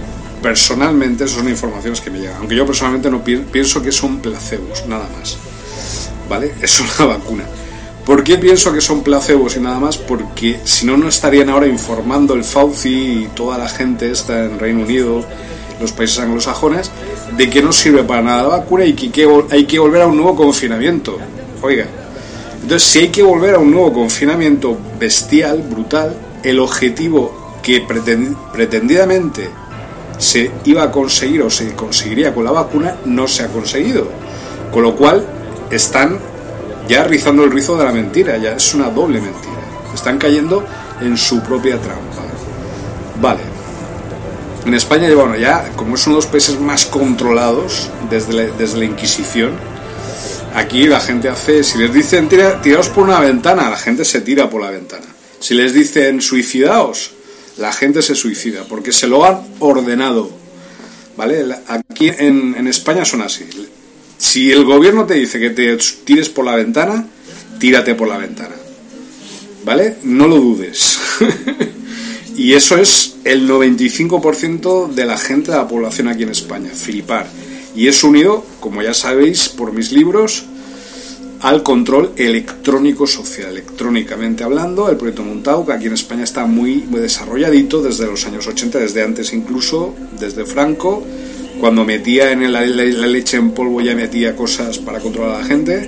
personalmente, esas son informaciones que me llegan, aunque yo personalmente no pienso que son placebos, nada más, ¿vale? Es una vacuna. ¿Por qué pienso que son placebos y nada más? Porque si no, no estarían ahora informando el Fauci y toda la gente esta en Reino Unido, los países anglosajones, de que no sirve para nada la vacuna y que hay que volver a un nuevo confinamiento. Oiga, entonces si hay que volver a un nuevo confinamiento bestial, brutal, el objetivo que pretendidamente se iba a conseguir o se conseguiría con la vacuna no se ha conseguido, con lo cual están ya rizando el rizo de la mentira, ya es una doble mentira, están cayendo en su propia trampa. Vale, en España, bueno, ya como es uno de los países más controlados desde la Inquisición, aquí la gente hace, si les dicen tiraos por una ventana, la gente se tira por la ventana. Si les dicen suicidaos, la gente se suicida, porque se lo han ordenado, ¿vale? Aquí en España son así. Si el gobierno te dice que te tires por la ventana, tírate por la ventana, ¿vale? No lo dudes. Y eso es el 95% de la gente de la población aquí en España, flipar. Y es unido, como ya sabéis por mis libros, al control electrónico social, electrónicamente hablando. El proyecto Montauk aquí en España está muy desarrolladito desde los años 80, desde antes incluso, desde Franco, cuando metía en la leche en polvo, ya metía cosas para controlar a la gente,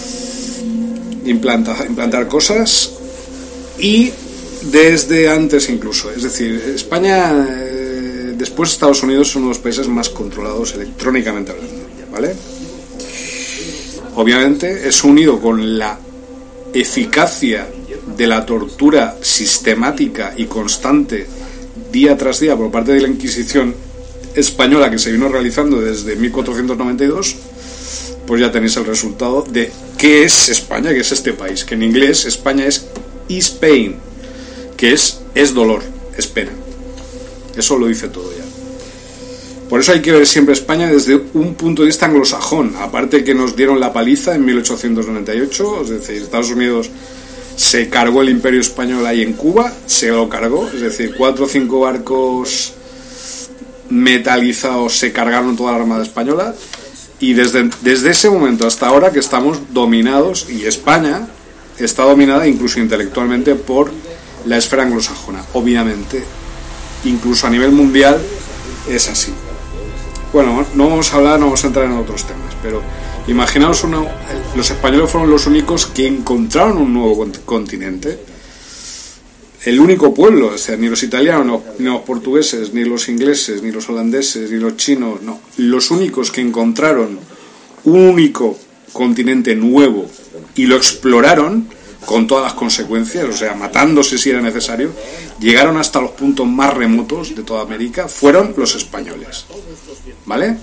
implantar cosas, y desde antes incluso. Es decir, España, después de Estados Unidos, son uno de los países más controlados electrónicamente hablando, ¿vale? Obviamente es unido con la eficacia de la tortura sistemática y constante día tras día por parte de la Inquisición española, que se vino realizando desde 1492, pues ya tenéis el resultado de qué es España, qué es este país, que en inglés España es Is Pain, que es dolor, es pena. Eso lo dice todo ya. Por eso hay que ver siempre España desde un punto de vista anglosajón, aparte que nos dieron la paliza en 1898, es decir, Estados Unidos se cargó el Imperio Español ahí en Cuba, se lo cargó, es decir, 4 o 5 barcos metalizados se cargaron toda la Armada Española, y desde ese momento hasta ahora que estamos dominados, y España está dominada incluso intelectualmente por la esfera anglosajona, obviamente, incluso a nivel mundial es así. Bueno, no vamos a entrar en otros temas, pero imaginaos los españoles fueron los únicos que encontraron un nuevo continente, el único pueblo, o sea, ni los italianos, ni los portugueses, ni los ingleses, ni los holandeses, ni los chinos, no, los únicos que encontraron un único continente nuevo y lo exploraron con todas las consecuencias, o sea, matándose si era necesario, llegaron hasta los puntos más remotos de toda América, fueron los españoles, ¿vale?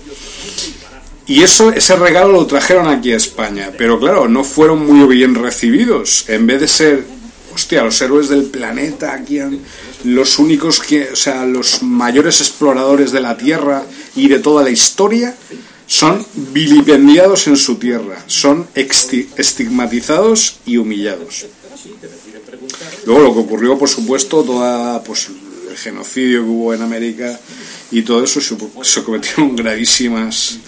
Y ese regalo lo trajeron aquí a España, pero claro, no fueron muy bien recibidos. En vez de ser, hostia, los héroes del planeta, aquí los únicos que, o sea, los mayores exploradores de la Tierra y de toda la historia, son vilipendiados en su tierra, son estigmatizados y humillados. Luego lo que ocurrió, por supuesto, el genocidio que hubo en América y todo eso, se cometieron gravísimas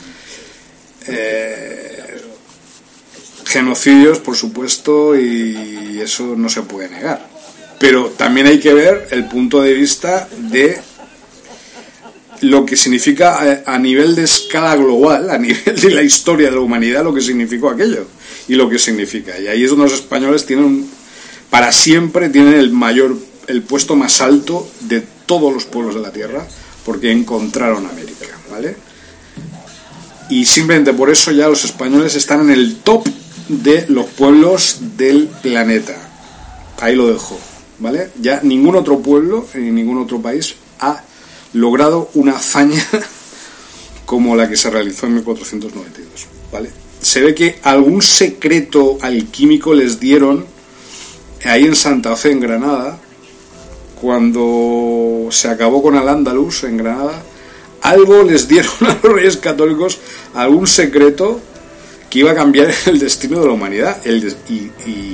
genocidios, por supuesto, y eso no se puede negar. Pero también hay que ver el punto de vista de lo que significa a nivel de escala global, a nivel de la historia de la humanidad, lo que significó aquello y lo que significa. Y ahí es donde los españoles para siempre tienen el puesto más alto de todos los pueblos de la Tierra, porque encontraron América, ¿vale? Y simplemente por eso ya los españoles están en el top de los pueblos del planeta. Ahí lo dejo, ¿vale? Ya ningún otro pueblo en ningún otro país ha logrado una hazaña como la que se realizó en 1492, ¿vale? Se ve que algún secreto alquímico les dieron ahí en Santa Fe, en Granada, cuando se acabó con Al-Ándalus en Granada. Algo les dieron a los reyes católicos, algún secreto que iba a cambiar el destino de la humanidad y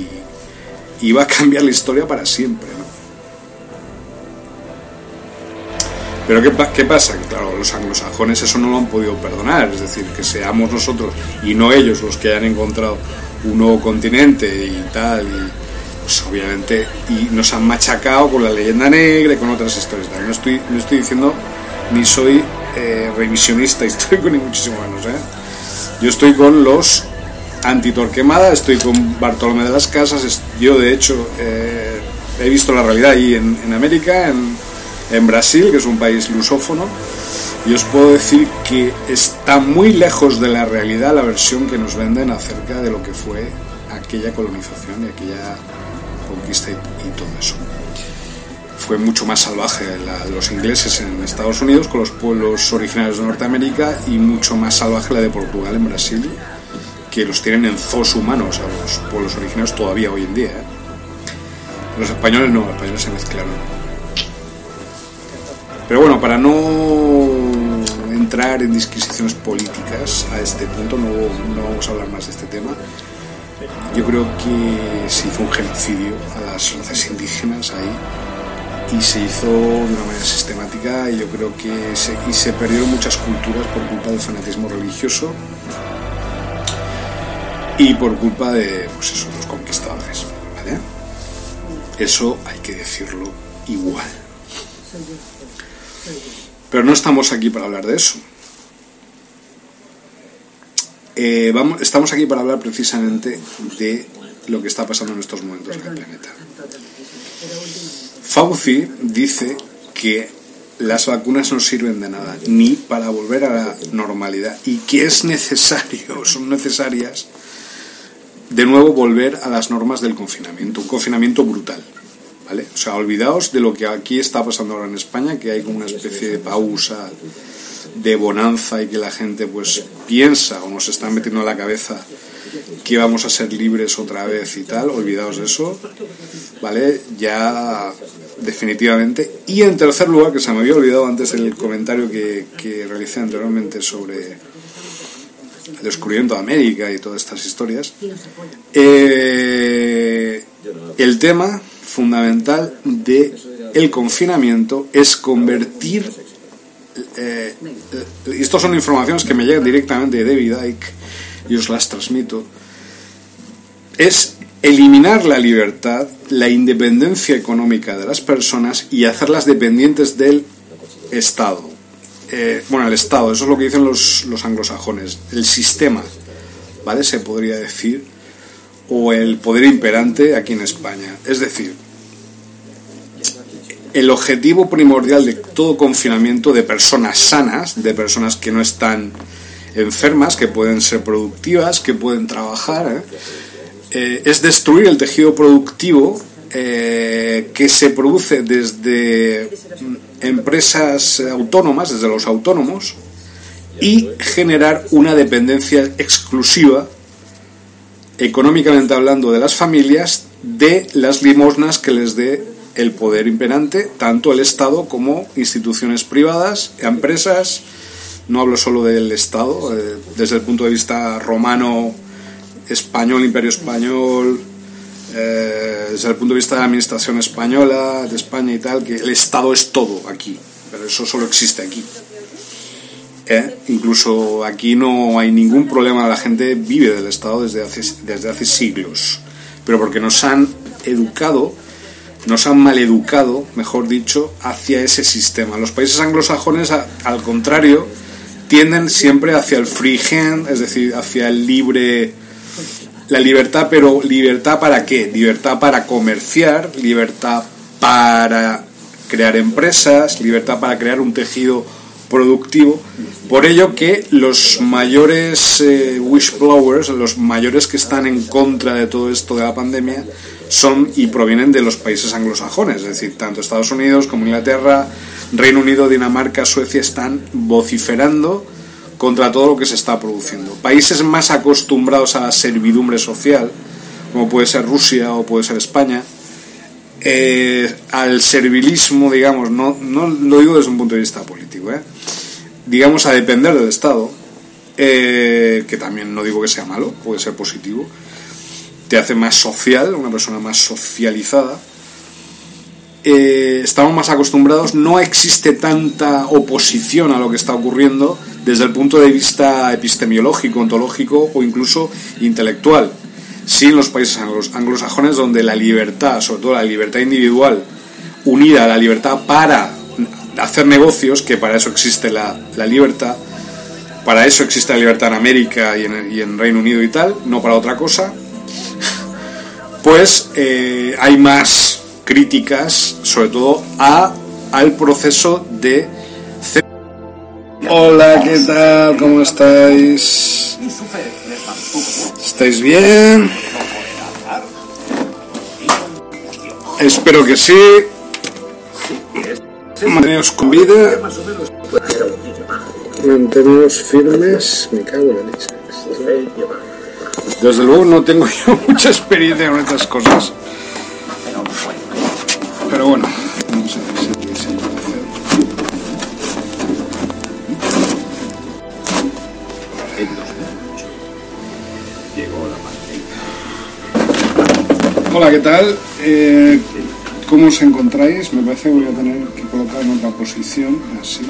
iba a cambiar la historia para siempre, ¿no? Pero ¿qué pasa? Que claro, los anglosajones eso no lo han podido perdonar, es decir, que seamos nosotros y no ellos los que hayan encontrado un nuevo continente y tal, y pues obviamente y nos han machacado con la leyenda negra y con otras historias. No estoy diciendo ni soy revisionista histórico ni muchísimo menos, Yo estoy con los anti-Torquemada, estoy con Bartolomé de las Casas. Yo de hecho he visto la realidad ahí en América, en Brasil, que es un país lusófono, y os puedo decir que está muy lejos de la realidad la versión que nos venden acerca de lo que fue aquella colonización y aquella conquista y todo eso. Fue mucho más salvaje los ingleses en Estados Unidos con los pueblos originarios de Norteamérica, y mucho más salvaje la de Portugal en Brasil, que los tienen en zoos humanos a los pueblos originarios todavía hoy en día. Los españoles no, los españoles se mezclaron. Pero bueno, para no entrar en disquisiciones políticas a este punto, no vamos a hablar más de este tema. Yo creo que se hizo un genocidio a las razas indígenas ahí, y se hizo de una manera sistemática, y yo creo que se perdieron muchas culturas por culpa del fanatismo religioso y por culpa de, pues eso, los conquistadores, ¿vale? Eso hay que decirlo igual. Pero no estamos aquí para hablar de eso. Estamos aquí para hablar precisamente de lo que está pasando en estos momentos en el planeta. Fauci dice que las vacunas no sirven de nada, ni para volver a la normalidad, y que son necesarias de nuevo volver a las normas del confinamiento, un confinamiento brutal. ¿Vale? O sea, olvidaos de lo que aquí está pasando ahora en España, que hay como una especie de pausa, de bonanza, y que la gente pues piensa o nos está metiendo en la cabeza que vamos a ser libres otra vez y tal. Olvidaos de eso, ¿vale? Ya definitivamente. Y en tercer lugar, que se me había olvidado antes el comentario que realicé anteriormente sobre el descubrimiento de América y todas estas historias, el tema fundamental de el confinamiento es convertir, y estas son informaciones que me llegan directamente de David Icke y os las transmito, es eliminar la libertad, la independencia económica de las personas y hacerlas dependientes del Estado. El Estado, eso es lo que dicen los anglosajones, el sistema, ¿vale? Se podría decir, o el poder imperante aquí en España. Es decir, el objetivo primordial de todo confinamiento de personas sanas, de personas que no están enfermas, que pueden ser productivas, que pueden trabajar, es destruir el tejido productivo que se produce desde empresas autónomas, desde los autónomos, y generar una dependencia exclusiva, económicamente hablando, de las familias, de las limosnas que les dé el poder imperante, tanto el Estado como instituciones privadas, empresas. No hablo solo del Estado, desde el punto de vista romano, español, imperio español, desde el punto de vista de la administración española, de España y tal, que el Estado es todo aquí, pero eso solo existe aquí. Incluso aquí no hay ningún problema, la gente vive del Estado desde hace siglos, pero porque nos han educado, nos han maleducado, mejor dicho, hacia ese sistema. Los países anglosajones, al contrario, tienden siempre hacia el free hand, es decir, hacia el la libertad, pero ¿libertad para qué? Libertad para comerciar, libertad para crear empresas, libertad para crear un tejido productivo. Por ello que los mayores whistleblowers, los mayores que están en contra de todo esto de la pandemia, son y provienen de los países anglosajones, es decir, tanto Estados Unidos como Inglaterra, Reino Unido, Dinamarca, Suecia, están vociferando contra todo lo que se está produciendo. Países más acostumbrados a la servidumbre social, como puede ser Rusia o puede ser España, al servilismo, digamos, no lo digo desde un punto de vista político, digamos, a depender del Estado, que también no digo que sea malo, puede ser positivo, te hace más social, una persona más socializada, estamos más acostumbrados, no existe tanta oposición a lo que está ocurriendo desde el punto de vista epistemológico, ontológico o incluso intelectual. Sí, en los países anglosajones, donde la libertad, sobre todo la libertad individual, unida a la libertad para hacer negocios, que para eso existe la libertad, para eso existe la libertad en América y en Reino Unido y tal, no para otra cosa, pues hay más críticas, sobre todo al proceso de... Hola, ¿qué tal? ¿Cómo estáis? ¿Estáis bien? Espero que sí. Manteneos con vida. Manteneos firmes. Me cago en la leche. Desde luego no tengo yo mucha experiencia con estas cosas. Pero bueno, vamos a ver si se puede hacer. Hola, ¿qué tal? ¿Cómo os encontráis? Me parece que voy a tener que colocar en otra posición, así.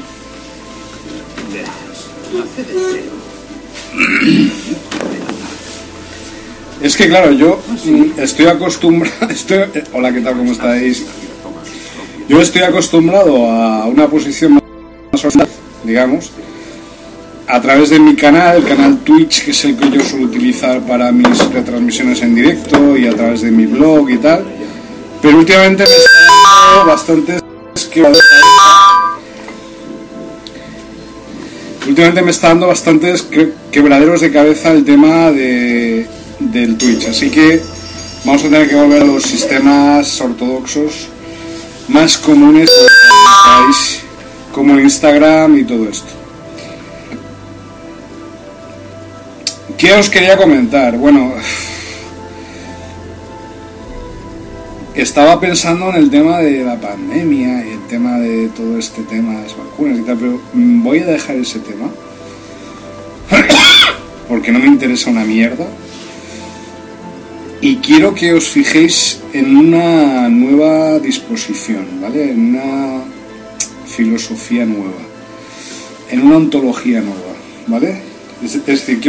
Es que claro, yo estoy acostumbrado... Hola, ¿qué tal? ¿Cómo estáis? Yo estoy acostumbrado a una posición más oriental, digamos, a través de mi canal, el canal Twitch, que es el que yo suelo utilizar para mis retransmisiones en directo, y a través de mi blog y tal. Pero últimamente me está dando bastantes quebraderos de cabeza el tema del Twitch, así que vamos a tener que volver a los sistemas ortodoxos más comunes como el Instagram y todo esto. ¿Qué os quería comentar? Bueno, estaba pensando en el tema de la pandemia y el tema de todo este tema de las vacunas y tal, pero voy a dejar ese tema porque no me interesa una mierda, y quiero que os fijéis en una nueva disposición, ¿vale? En una filosofía nueva, en una ontología nueva, ¿vale? Es decir,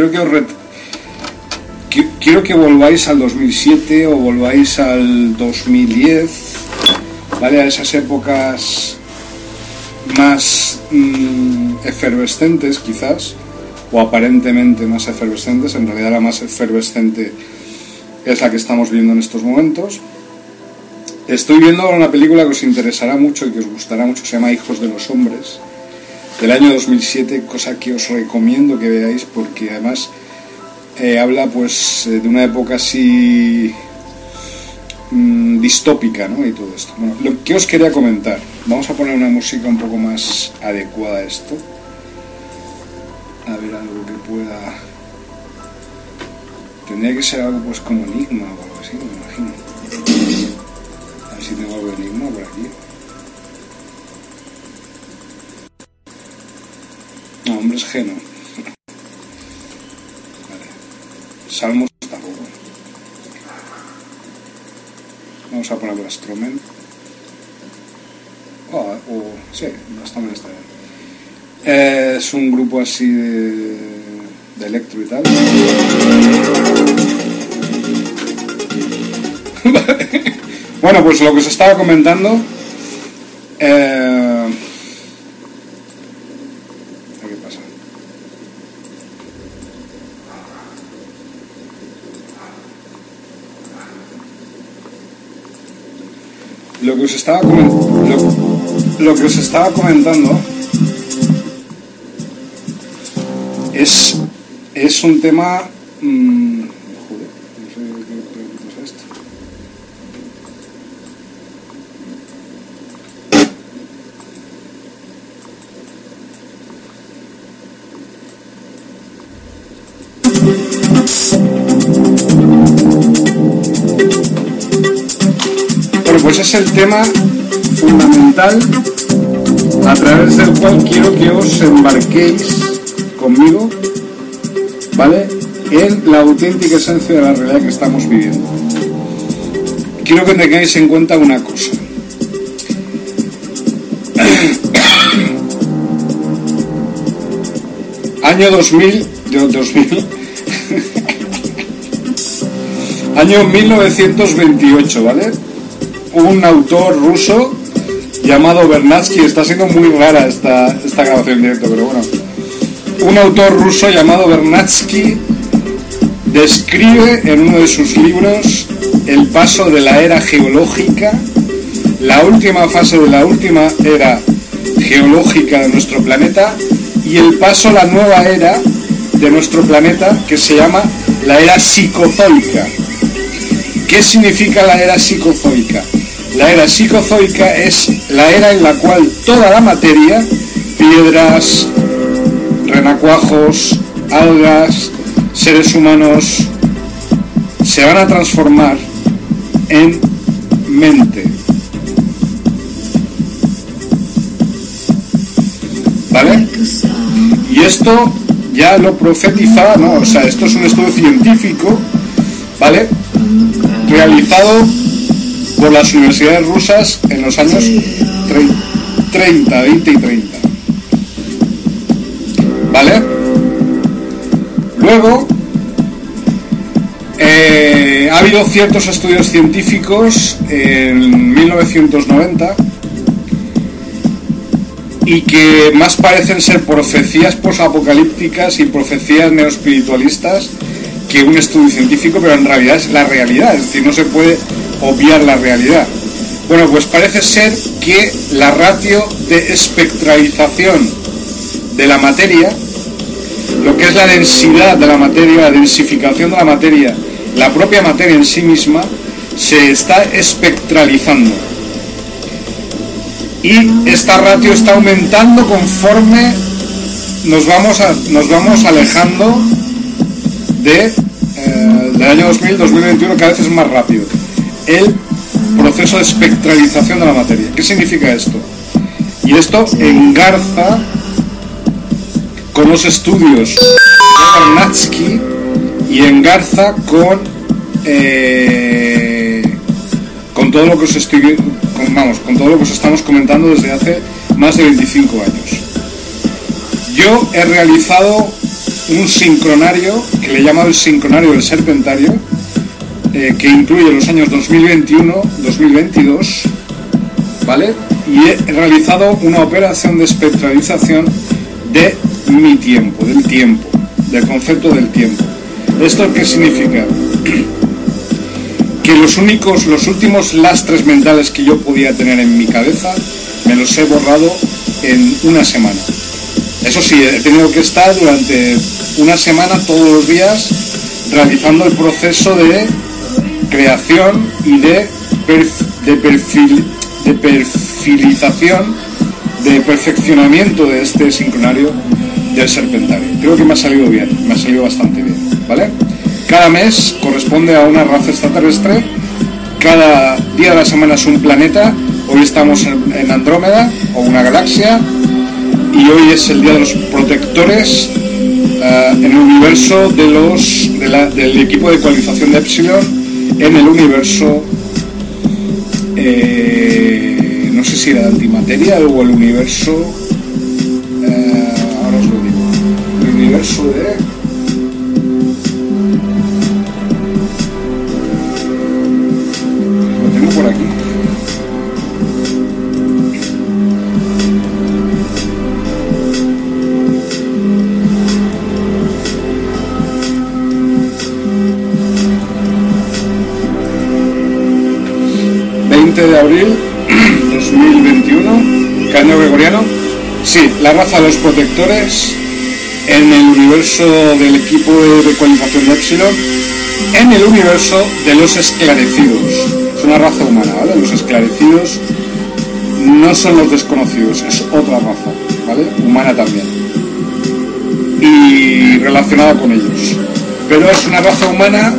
quiero que volváis al 2007 o volváis al 2010, ¿vale? A esas épocas más efervescentes, quizás, o aparentemente más efervescentes. En realidad la más efervescente es la que estamos viendo en estos momentos. Estoy viendo una película que os interesará mucho y que os gustará mucho, se llama Hijos de los Hombres, del año 2007, cosa que os recomiendo que veáis, porque además habla pues de una época así distópica, ¿no? Y todo esto. Bueno, lo que os quería comentar, vamos a poner una música un poco más adecuada a esto, a ver, algo que pueda... Tendría que ser algo pues como Enigma o algo así, me imagino. A ver si tengo algo de Enigma por aquí. No, Hombres G no. Vale. Salmos tampoco. Vamos a poner Stromen. Sí, Stromen está bien. Es un grupo así de electro y tal. Bueno, pues lo que os estaba comentando, ¿qué pasa? Lo que os estaba comentando es un tema... joder, no sé qué es esto. Bueno, pues es el tema fundamental a través del cual quiero que os embarquéis conmigo, ¿vale?, en la auténtica esencia de la realidad que estamos viviendo. Quiero que tengáis en cuenta una cosa. Año 1928, ¿vale? Un autor ruso llamado Vernadsky, está siendo muy rara esta grabación en directo, pero bueno. Un autor ruso llamado Vernadsky describe en uno de sus libros el paso de la era geológica, la última fase de la última era geológica de nuestro planeta, y el paso a la nueva era de nuestro planeta, que se llama la era psicozoica. ¿Qué significa la era psicozoica? La era psicozoica es la era en la cual toda la materia, piedras, renacuajos, algas, seres humanos, se van a transformar en mente. ¿Vale? Y esto ya lo profetizaba, ¿no? O sea, esto es un estudio científico, ¿vale? Realizado por las universidades rusas en los años 20 y 30. ¿Vale? Luego, ha habido ciertos estudios científicos en 1990 y que más parecen ser profecías posapocalípticas y profecías neoespiritualistas que un estudio científico, pero en realidad es la realidad, es decir, no se puede obviar la realidad. Bueno, pues parece ser que la ratio de espectralización de la materia, lo que es la densidad de la materia, la densificación de la materia, la propia materia en sí misma, se está espectralizando. Y esta ratio está aumentando conforme nos vamos alejando del año 2021, cada vez es más rápido el proceso de espectralización de la materia. ¿Qué significa esto? Y esto engarza con los estudios de Vernadsky y engarza con todo lo que con todo lo que os estamos comentando desde hace más de 25 años. Yo he realizado un sincronario que le he llamado el sincronario del Serpentario, que incluye los años 2021-2022, ¿vale? Y he realizado una operación de espectralización de mi tiempo, del concepto del tiempo. ¿Esto qué significa? Que los últimos lastres mentales que yo podía tener en mi cabeza me los he borrado en una semana. Eso sí, he tenido que estar durante una semana todos los días realizando el proceso de creación y de perfilización, de perfeccionamiento de este sincronario del Serpentario. Creo que me ha salido bien, me ha salido bastante bien, ¿vale? Cada mes corresponde a una raza extraterrestre, cada día de la semana es un planeta. Hoy estamos en Andrómeda, o una galaxia, y hoy es el día de los protectores en el universo del equipo de ecualización de Epsilon, en el universo, no sé si era de antimateria o el universo, ahora os lo digo, el universo de... Lo tengo por aquí. De abril 2021, calendario gregoriano. Sí, la raza de los protectores en el universo del equipo de ecualización de Epsilon, en el universo de los esclarecidos. Es una raza humana, ¿vale? Los esclarecidos no son los desconocidos, es otra raza, ¿vale? Humana también, y relacionada con ellos, pero es una raza humana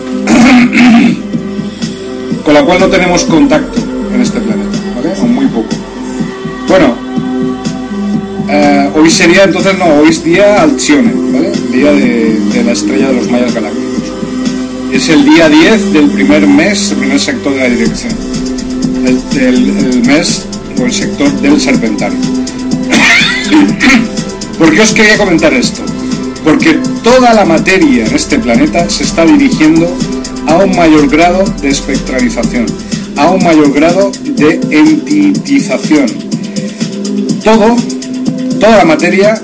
con la cual no tenemos contacto en este planeta, ¿vale? O muy poco. Bueno, hoy sería entonces, hoy es día Alcione, ¿vale? Día de la estrella de los mayas galácticos. Es el día 10 del primer mes, el primer sector de la dirección. El mes o el sector del Serpentario. ¿Por qué os quería comentar esto? Porque toda la materia en este planeta se está dirigiendo a un mayor grado de espectralización, a un mayor grado de entitización. Toda la materia,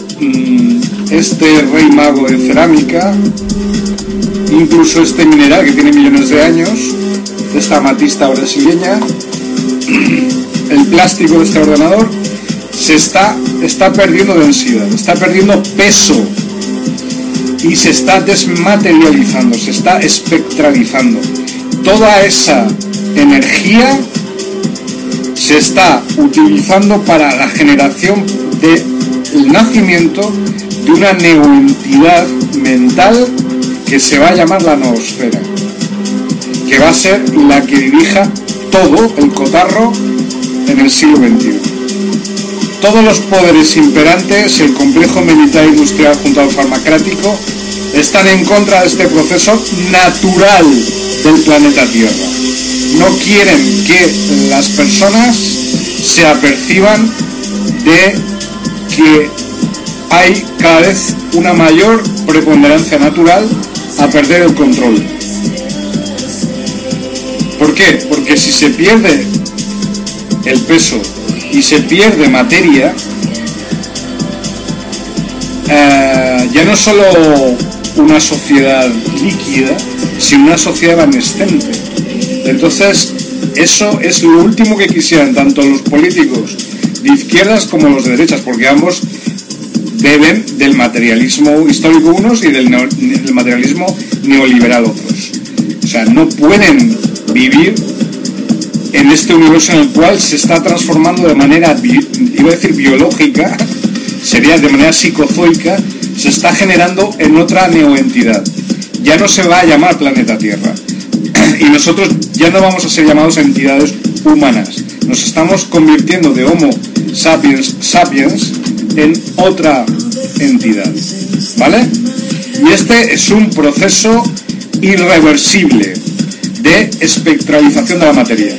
este rey mago de cerámica, incluso este mineral que tiene millones de años, esta amatista brasileña, el plástico de este ordenador, está perdiendo densidad, está perdiendo peso y se está desmaterializando, se está espectralizando. Toda esa energía se está utilizando para la generación del nacimiento de una neoentidad mental que se va a llamar la noosfera, que va a ser la que dirija todo el cotarro en el siglo XXI. Todos los poderes imperantes, el complejo militar industrial junto al farmacrático, están en contra de este proceso natural del planeta Tierra. No quieren que las personas se aperciban de que hay cada vez una mayor preponderancia natural a perder el control. ¿Por qué? Porque si se pierde el peso y se pierde materia, ya no solo una sociedad líquida, sino una sociedad evanescente. Entonces, eso es lo último que quisieran tanto los políticos de izquierdas como los de derechas, porque ambos beben del materialismo histórico unos y del materialismo neoliberal otros. O sea, no pueden vivir en este universo en el cual se está transformando de manera, iba a decir biológica, sería de manera psicozoica, se está generando en otra neoentidad. Ya no se va a llamar planeta Tierra. Y nosotros ya no vamos a ser llamados entidades humanas. Nos estamos convirtiendo de Homo sapiens sapiens en otra entidad, ¿vale? Y este es un proceso irreversible de espectralización de la materia.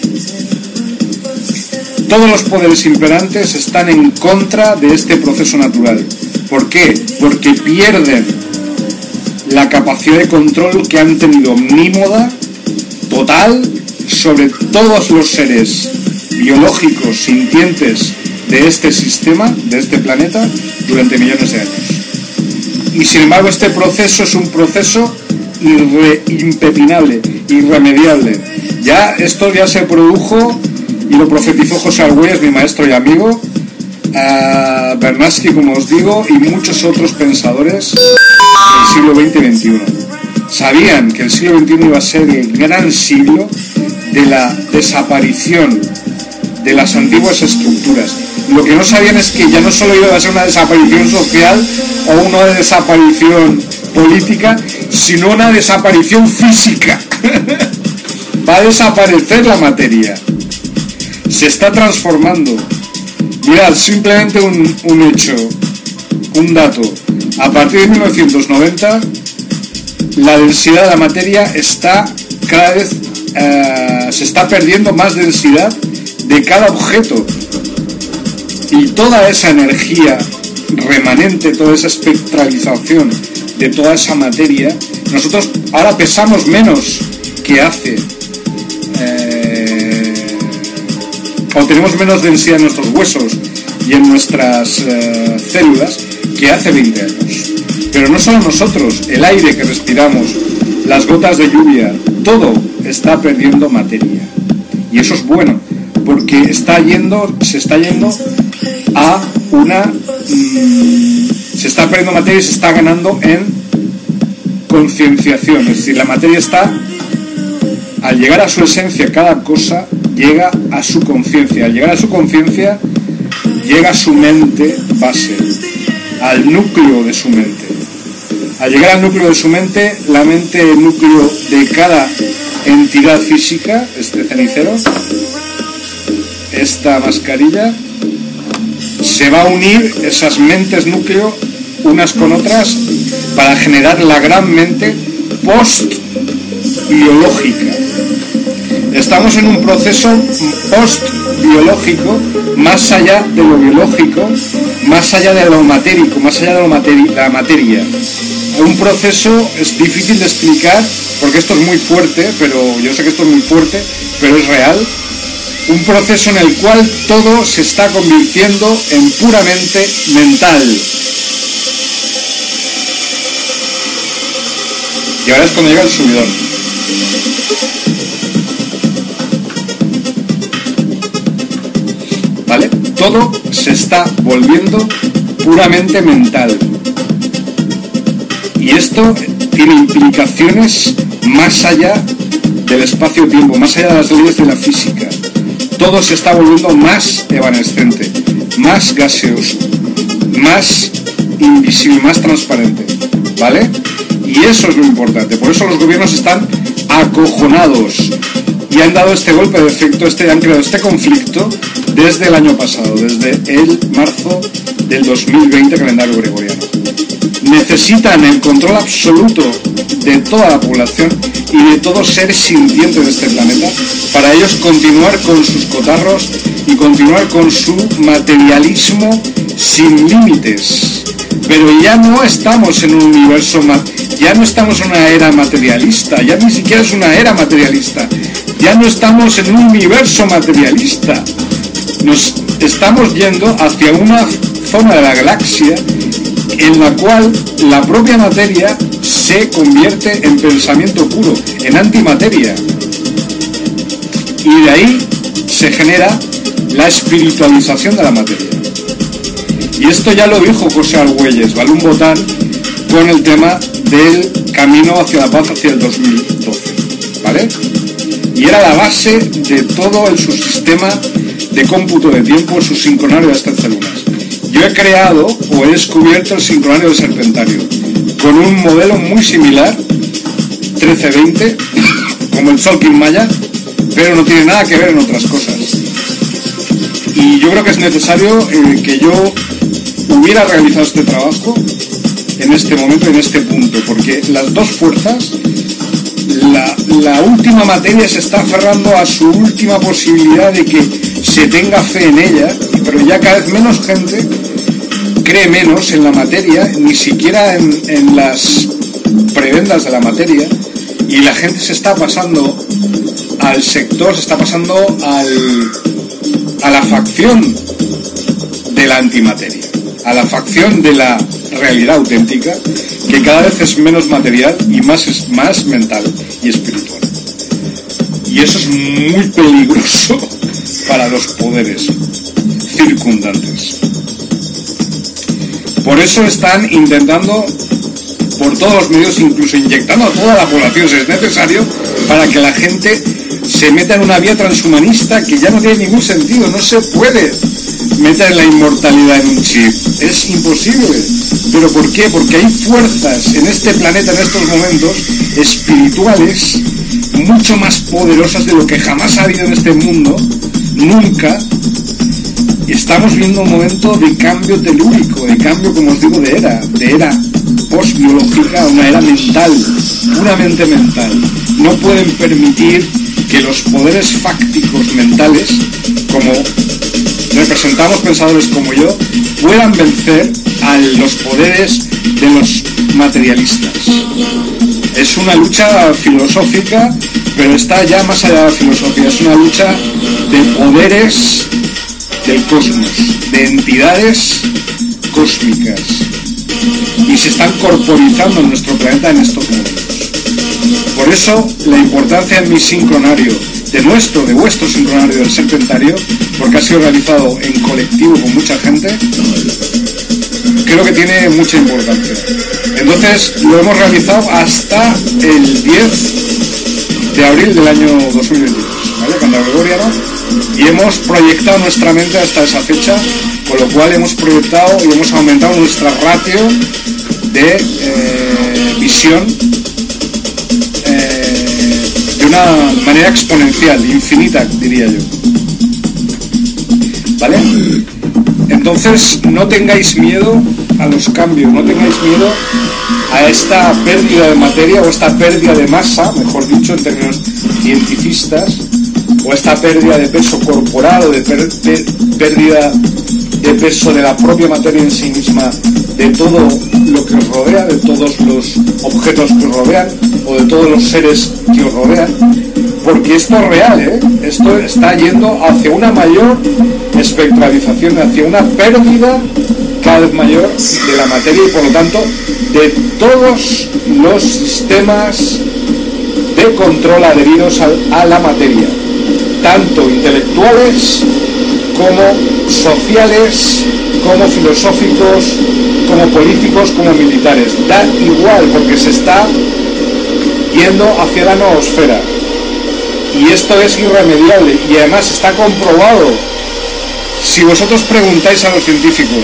Todos los poderes imperantes están en contra de este proceso natural. ¿Por qué? Porque pierden la capacidad de control que han tenido omnímoda, total, sobre todos los seres biológicos, sintientes de este sistema, de este planeta, durante millones de años. Y sin embargo este proceso es un proceso impepinable, irremediable. Esto ya se produjo y lo profetizó José Argüelles, mi maestro y amigo, Bernatsky, como os digo, y muchos otros pensadores del siglo XX y XXI. Sabían que el siglo XXI iba a ser el gran siglo de la desaparición de las antiguas estructuras. Lo que no sabían es que ya no solo iba a ser una desaparición social o una desaparición política, sino una desaparición física. Va a desaparecer la materia. Se está transformando. Mirad, simplemente un hecho, un dato. A partir de 1990, la densidad de la materia está cada vez, se está perdiendo más densidad de cada objeto. Y toda esa energía remanente, toda esa espectralización de toda esa materia, nosotros ahora pesamos menos que hace, o tenemos menos densidad en nuestros huesos y en nuestras células que hace 20 años. Pero no solo nosotros, el aire que respiramos, las gotas de lluvia, todo está perdiendo materia. Y eso es bueno, porque se está yendo a una... se está perdiendo materia y se está ganando en concienciación. Es decir, la materia está, al llegar a su esencia, cada cosa llega a su conciencia. Al llegar a su conciencia, llega a su mente base, al núcleo de su mente. Al llegar al núcleo de su mente, la mente núcleo de cada entidad física, este cenicero, esta mascarilla, se va a unir esas mentes núcleo unas con otras para generar la gran mente post-biológica. Estamos en un proceso post-biológico, más allá de lo biológico, más allá de lo matérico, más allá de la materia. Un proceso es difícil de explicar porque esto es muy fuerte, pero yo sé que esto es muy fuerte, pero es real. Un proceso en el cual todo se está convirtiendo en puramente mental. Y ahora es cuando llega el subidón. ¿Vale? Todo se está volviendo puramente mental. Y esto tiene implicaciones más allá del espacio-tiempo, más allá de las leyes de la física. Todo se está volviendo más evanescente, más gaseoso, más invisible, más transparente, ¿vale? Y eso es lo importante. Por eso los gobiernos están acojonados y han dado este golpe de efecto, han creado este conflicto desde el año pasado, desde el marzo del 2020, calendario gregoriano. Necesitan el control absoluto de toda la población y de todo ser sintiente de este planeta para ellos continuar con sus cotarros y continuar con su materialismo sin límites. Pero ya no estamos en un universo, ya no estamos en una era materialista, ya ni siquiera es una era materialista, ya no estamos en un universo materialista. Nos estamos yendo hacia una zona de la galaxia en la cual la propia materia se convierte en pensamiento puro, en antimateria. Y de ahí se genera la espiritualización de la materia. Y esto ya lo dijo José Argüelles, Balún Botán, con el tema del camino hacia la paz hacia el 2012, ¿vale? Y era la base de todo el subsistema de cómputo de tiempo, su sincronario de las 13 lunas. Yo he creado o he descubierto el sincronario del Serpentario con un modelo muy similar, 1320, como el Tzolk'in Maya, pero no tiene nada que ver en otras cosas. Y yo creo que es necesario que yo hubiera realizado este trabajo en este momento, en este punto, porque las dos fuerzas, la última materia se está aferrando a su última posibilidad de que se tenga fe en ella, pero ya cada vez menos gente cree menos en la materia, ni siquiera en las prebendas de la materia, y la gente se está pasando al sector, se está pasando a la facción de la antimateria, a la facción de la realidad auténtica, que cada vez es menos material y más mental y espiritual. Y eso es muy peligroso para los poderes circundantes. Por eso están intentando, por todos los medios, incluso inyectando a toda la población si es necesario, para que la gente se meta en una vía transhumanista que ya no tiene ningún sentido. No se puede meter la inmortalidad en un chip, es imposible. ¿Pero por qué? Porque hay fuerzas en este planeta en estos momentos espirituales mucho más poderosas de lo que jamás ha habido en este mundo, nunca. Estamos viendo un momento de cambio telúrico, de cambio, como os digo, de era post-biológica a una era mental, puramente mental. No pueden permitir que los poderes fácticos mentales, como representamos pensadores como yo, puedan vencer a los poderes de los materialistas. Es una lucha filosófica, pero está ya más allá de la filosofía. Es una lucha de poderes del cosmos, de entidades cósmicas, y se están corporizando en nuestro planeta en estos momentos. Por eso la importancia en mi sincronario, de vuestro sincronario del Serpentario, porque ha sido realizado en colectivo con mucha gente, creo que tiene mucha importancia. Entonces lo hemos realizado hasta el 10 de abril del año 2022, ¿vale? Calendario gregoriano, y hemos proyectado nuestra mente hasta esa fecha, con lo cual hemos proyectado y hemos aumentado nuestra ratio de visión de una manera exponencial, infinita, diría yo, ¿vale? Entonces no tengáis miedo a los cambios, no tengáis miedo a esta pérdida de materia o esta pérdida de masa, mejor dicho, en términos cientifistas, o esta pérdida de peso corporal o de pérdida de peso de la propia materia en sí misma, de todo lo que os rodea, de todos los objetos que os rodean o de todos los seres que os rodean, porque esto es real, esto está yendo hacia una mayor espectralización, hacia una pérdida cada vez mayor de la materia y por lo tanto de todos los sistemas de control adheridos a la materia, tanto intelectuales como sociales, como filosóficos, como políticos, como militares. Da igual, porque se está yendo hacia la noosfera. Y esto es irremediable y además está comprobado. Si vosotros preguntáis a los científicos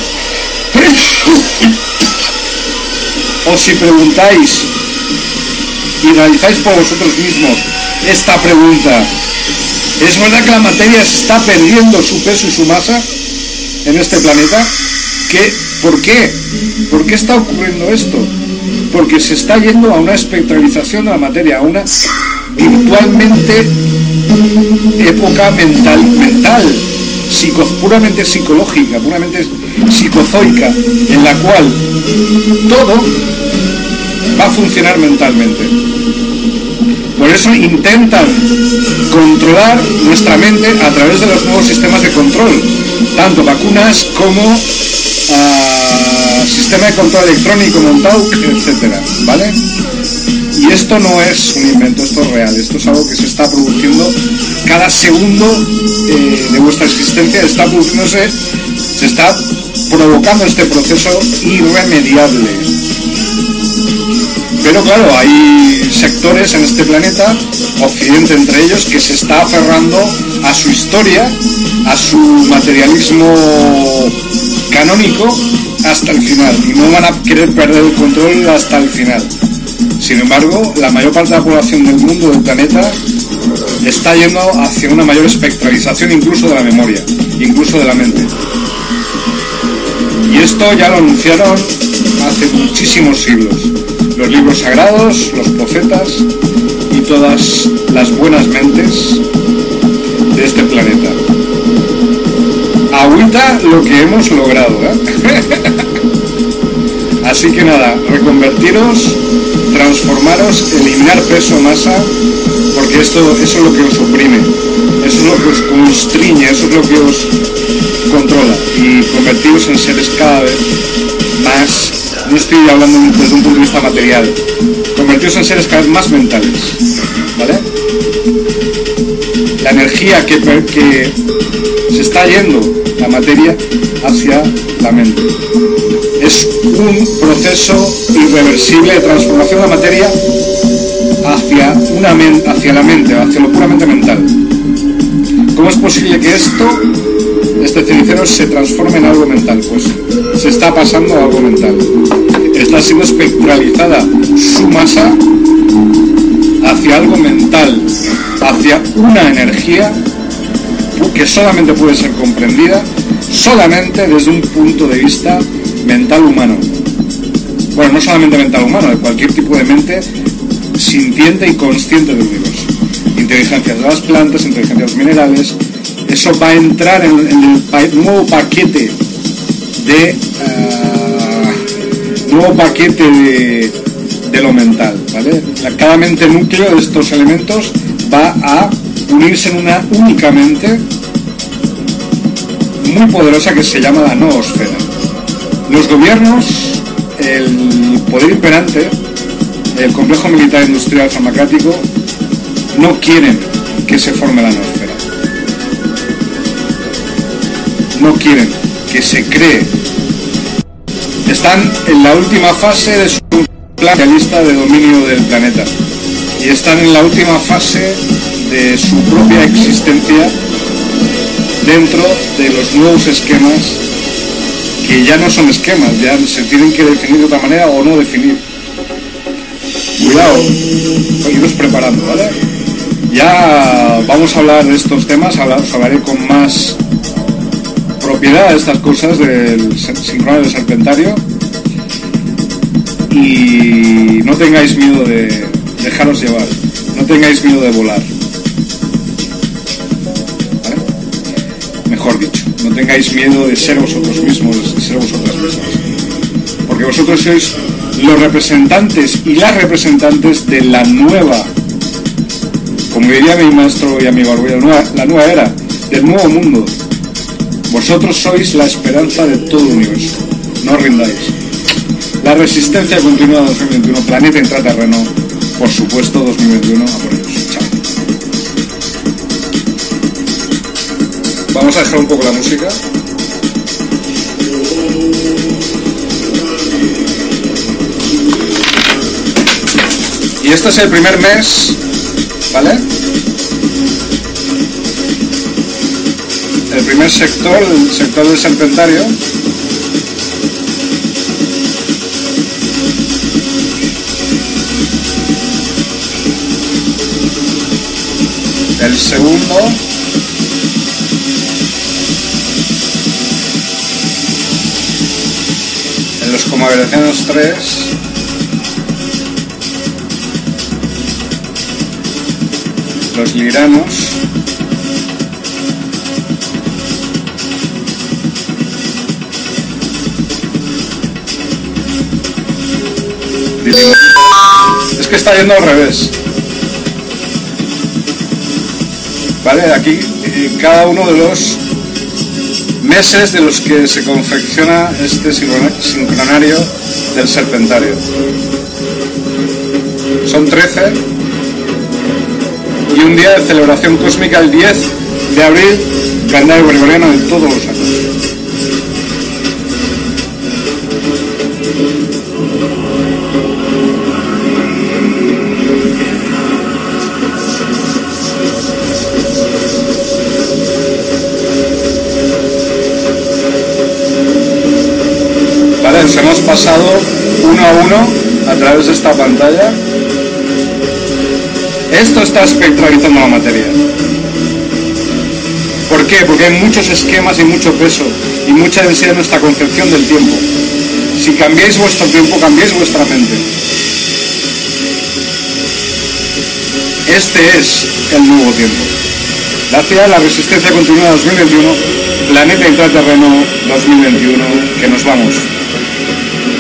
o si preguntáis y realizáis por vosotros mismos esta pregunta, ¿es verdad que la materia se está perdiendo su peso y su masa en este planeta? ¿Por qué? ¿Por qué está ocurriendo esto? Porque se está yendo a una espectralización de la materia, a una virtualmente época mental, puramente psicológica, puramente psicozoica, en la cual todo va a funcionar mentalmente. Por eso intentan controlar nuestra mente a través de los nuevos sistemas de control, tanto vacunas como sistema de control electrónico montado, etcétera, ¿vale? Y esto no es un invento, esto es real, esto es algo que se está produciendo cada segundo de vuestra existencia, se está provocando este proceso irremediable. Pero claro, hay sectores en este planeta, Occidente entre ellos, que se está aferrando a su historia, a su materialismo canónico hasta el final, y no van a querer perder el control hasta el final. Sin embargo, la mayor parte de la población del mundo, del planeta, está yendo hacia una mayor espectralización incluso de la memoria, incluso de la mente. Y esto ya lo anunciaron hace muchísimos siglos. Los libros sagrados, los profetas y todas las buenas mentes de este planeta. Agüita lo que hemos logrado, Así que nada, reconvertiros, transformaros, eliminar peso, masa, porque eso es lo que os oprime, eso es lo que os constriñe, eso es lo que os controla, y convertiros en seres cada vez más, no estoy hablando desde un punto de vista material, convertiros en seres cada vez más mentales, ¿vale? La energía que se está yendo, la materia, hacia la mente. Es un proceso irreversible de transformación de la materia hacia la mente, hacia lo puramente mental. ¿Cómo es posible que este cenicero se transforme en algo mental? Pues se está pasando a algo mental. Está siendo espectralizada su masa hacia algo mental, hacia una energía que solamente puede ser comprendida solamente desde un punto de vista mental humano. Bueno, no solamente mental humano, de cualquier tipo de mente sintiente y consciente del universo. Inteligencias de las plantas, inteligencias de los minerales. Eso va a entrar en el nuevo paquete de lo mental, ¿vale? Cada mente núcleo de estos elementos va a unirse en una única mente muy poderosa que se llama la noosfera. Los gobiernos, el poder imperante, el complejo militar industrial farmacéutico no quieren que se forme la noosfera. No quieren que se cree. Están en la última fase de su plan realista de dominio del planeta y están en la última fase de su propia existencia dentro de los nuevos esquemas, que ya no son esquemas, ya se tienen que definir de otra manera o no definir. Cuidado, iros preparando, ¿vale? Ya vamos a hablar de estos temas, os hablaré con más propiedad de estas cosas del sincronario serpentario, y no tengáis miedo de dejaros llevar, no tengáis miedo de volar. tengáis miedo de ser vosotros mismos, de ser vosotras mismas. Porque vosotros sois los representantes y las representantes de la nueva, como diría mi maestro y amigo Arguello, la nueva era, del nuevo mundo. Vosotros sois la esperanza de todo el universo. No os rindáis. La resistencia continua 2021, planeta intraterreno, por supuesto 2021, a por ellos. Chao. Vamos a dejar un poco la música. Y este es el primer mes, ¿vale? El primer sector, el sector del serpentario. El segundo. En los comagrecianos 3. Los liranos. Es que está yendo al revés. Vale, aquí cada uno de los meses de los que se confecciona este sincronario del serpentario. Son 13 y un día de celebración cósmica el 10 de abril, calendario gregoriano de todos los años. Vale, nos hemos pasado uno a uno a través de esta pantalla. Esto está espectralizando la materia. ¿Por qué? Porque hay muchos esquemas y mucho peso y mucha densidad en nuestra concepción del tiempo. Si cambiáis vuestro tiempo, cambiáis vuestra mente. Este es el nuevo tiempo. La ciudad de la resistencia continua 2021, planeta intraterreno 2021, que nos vamos.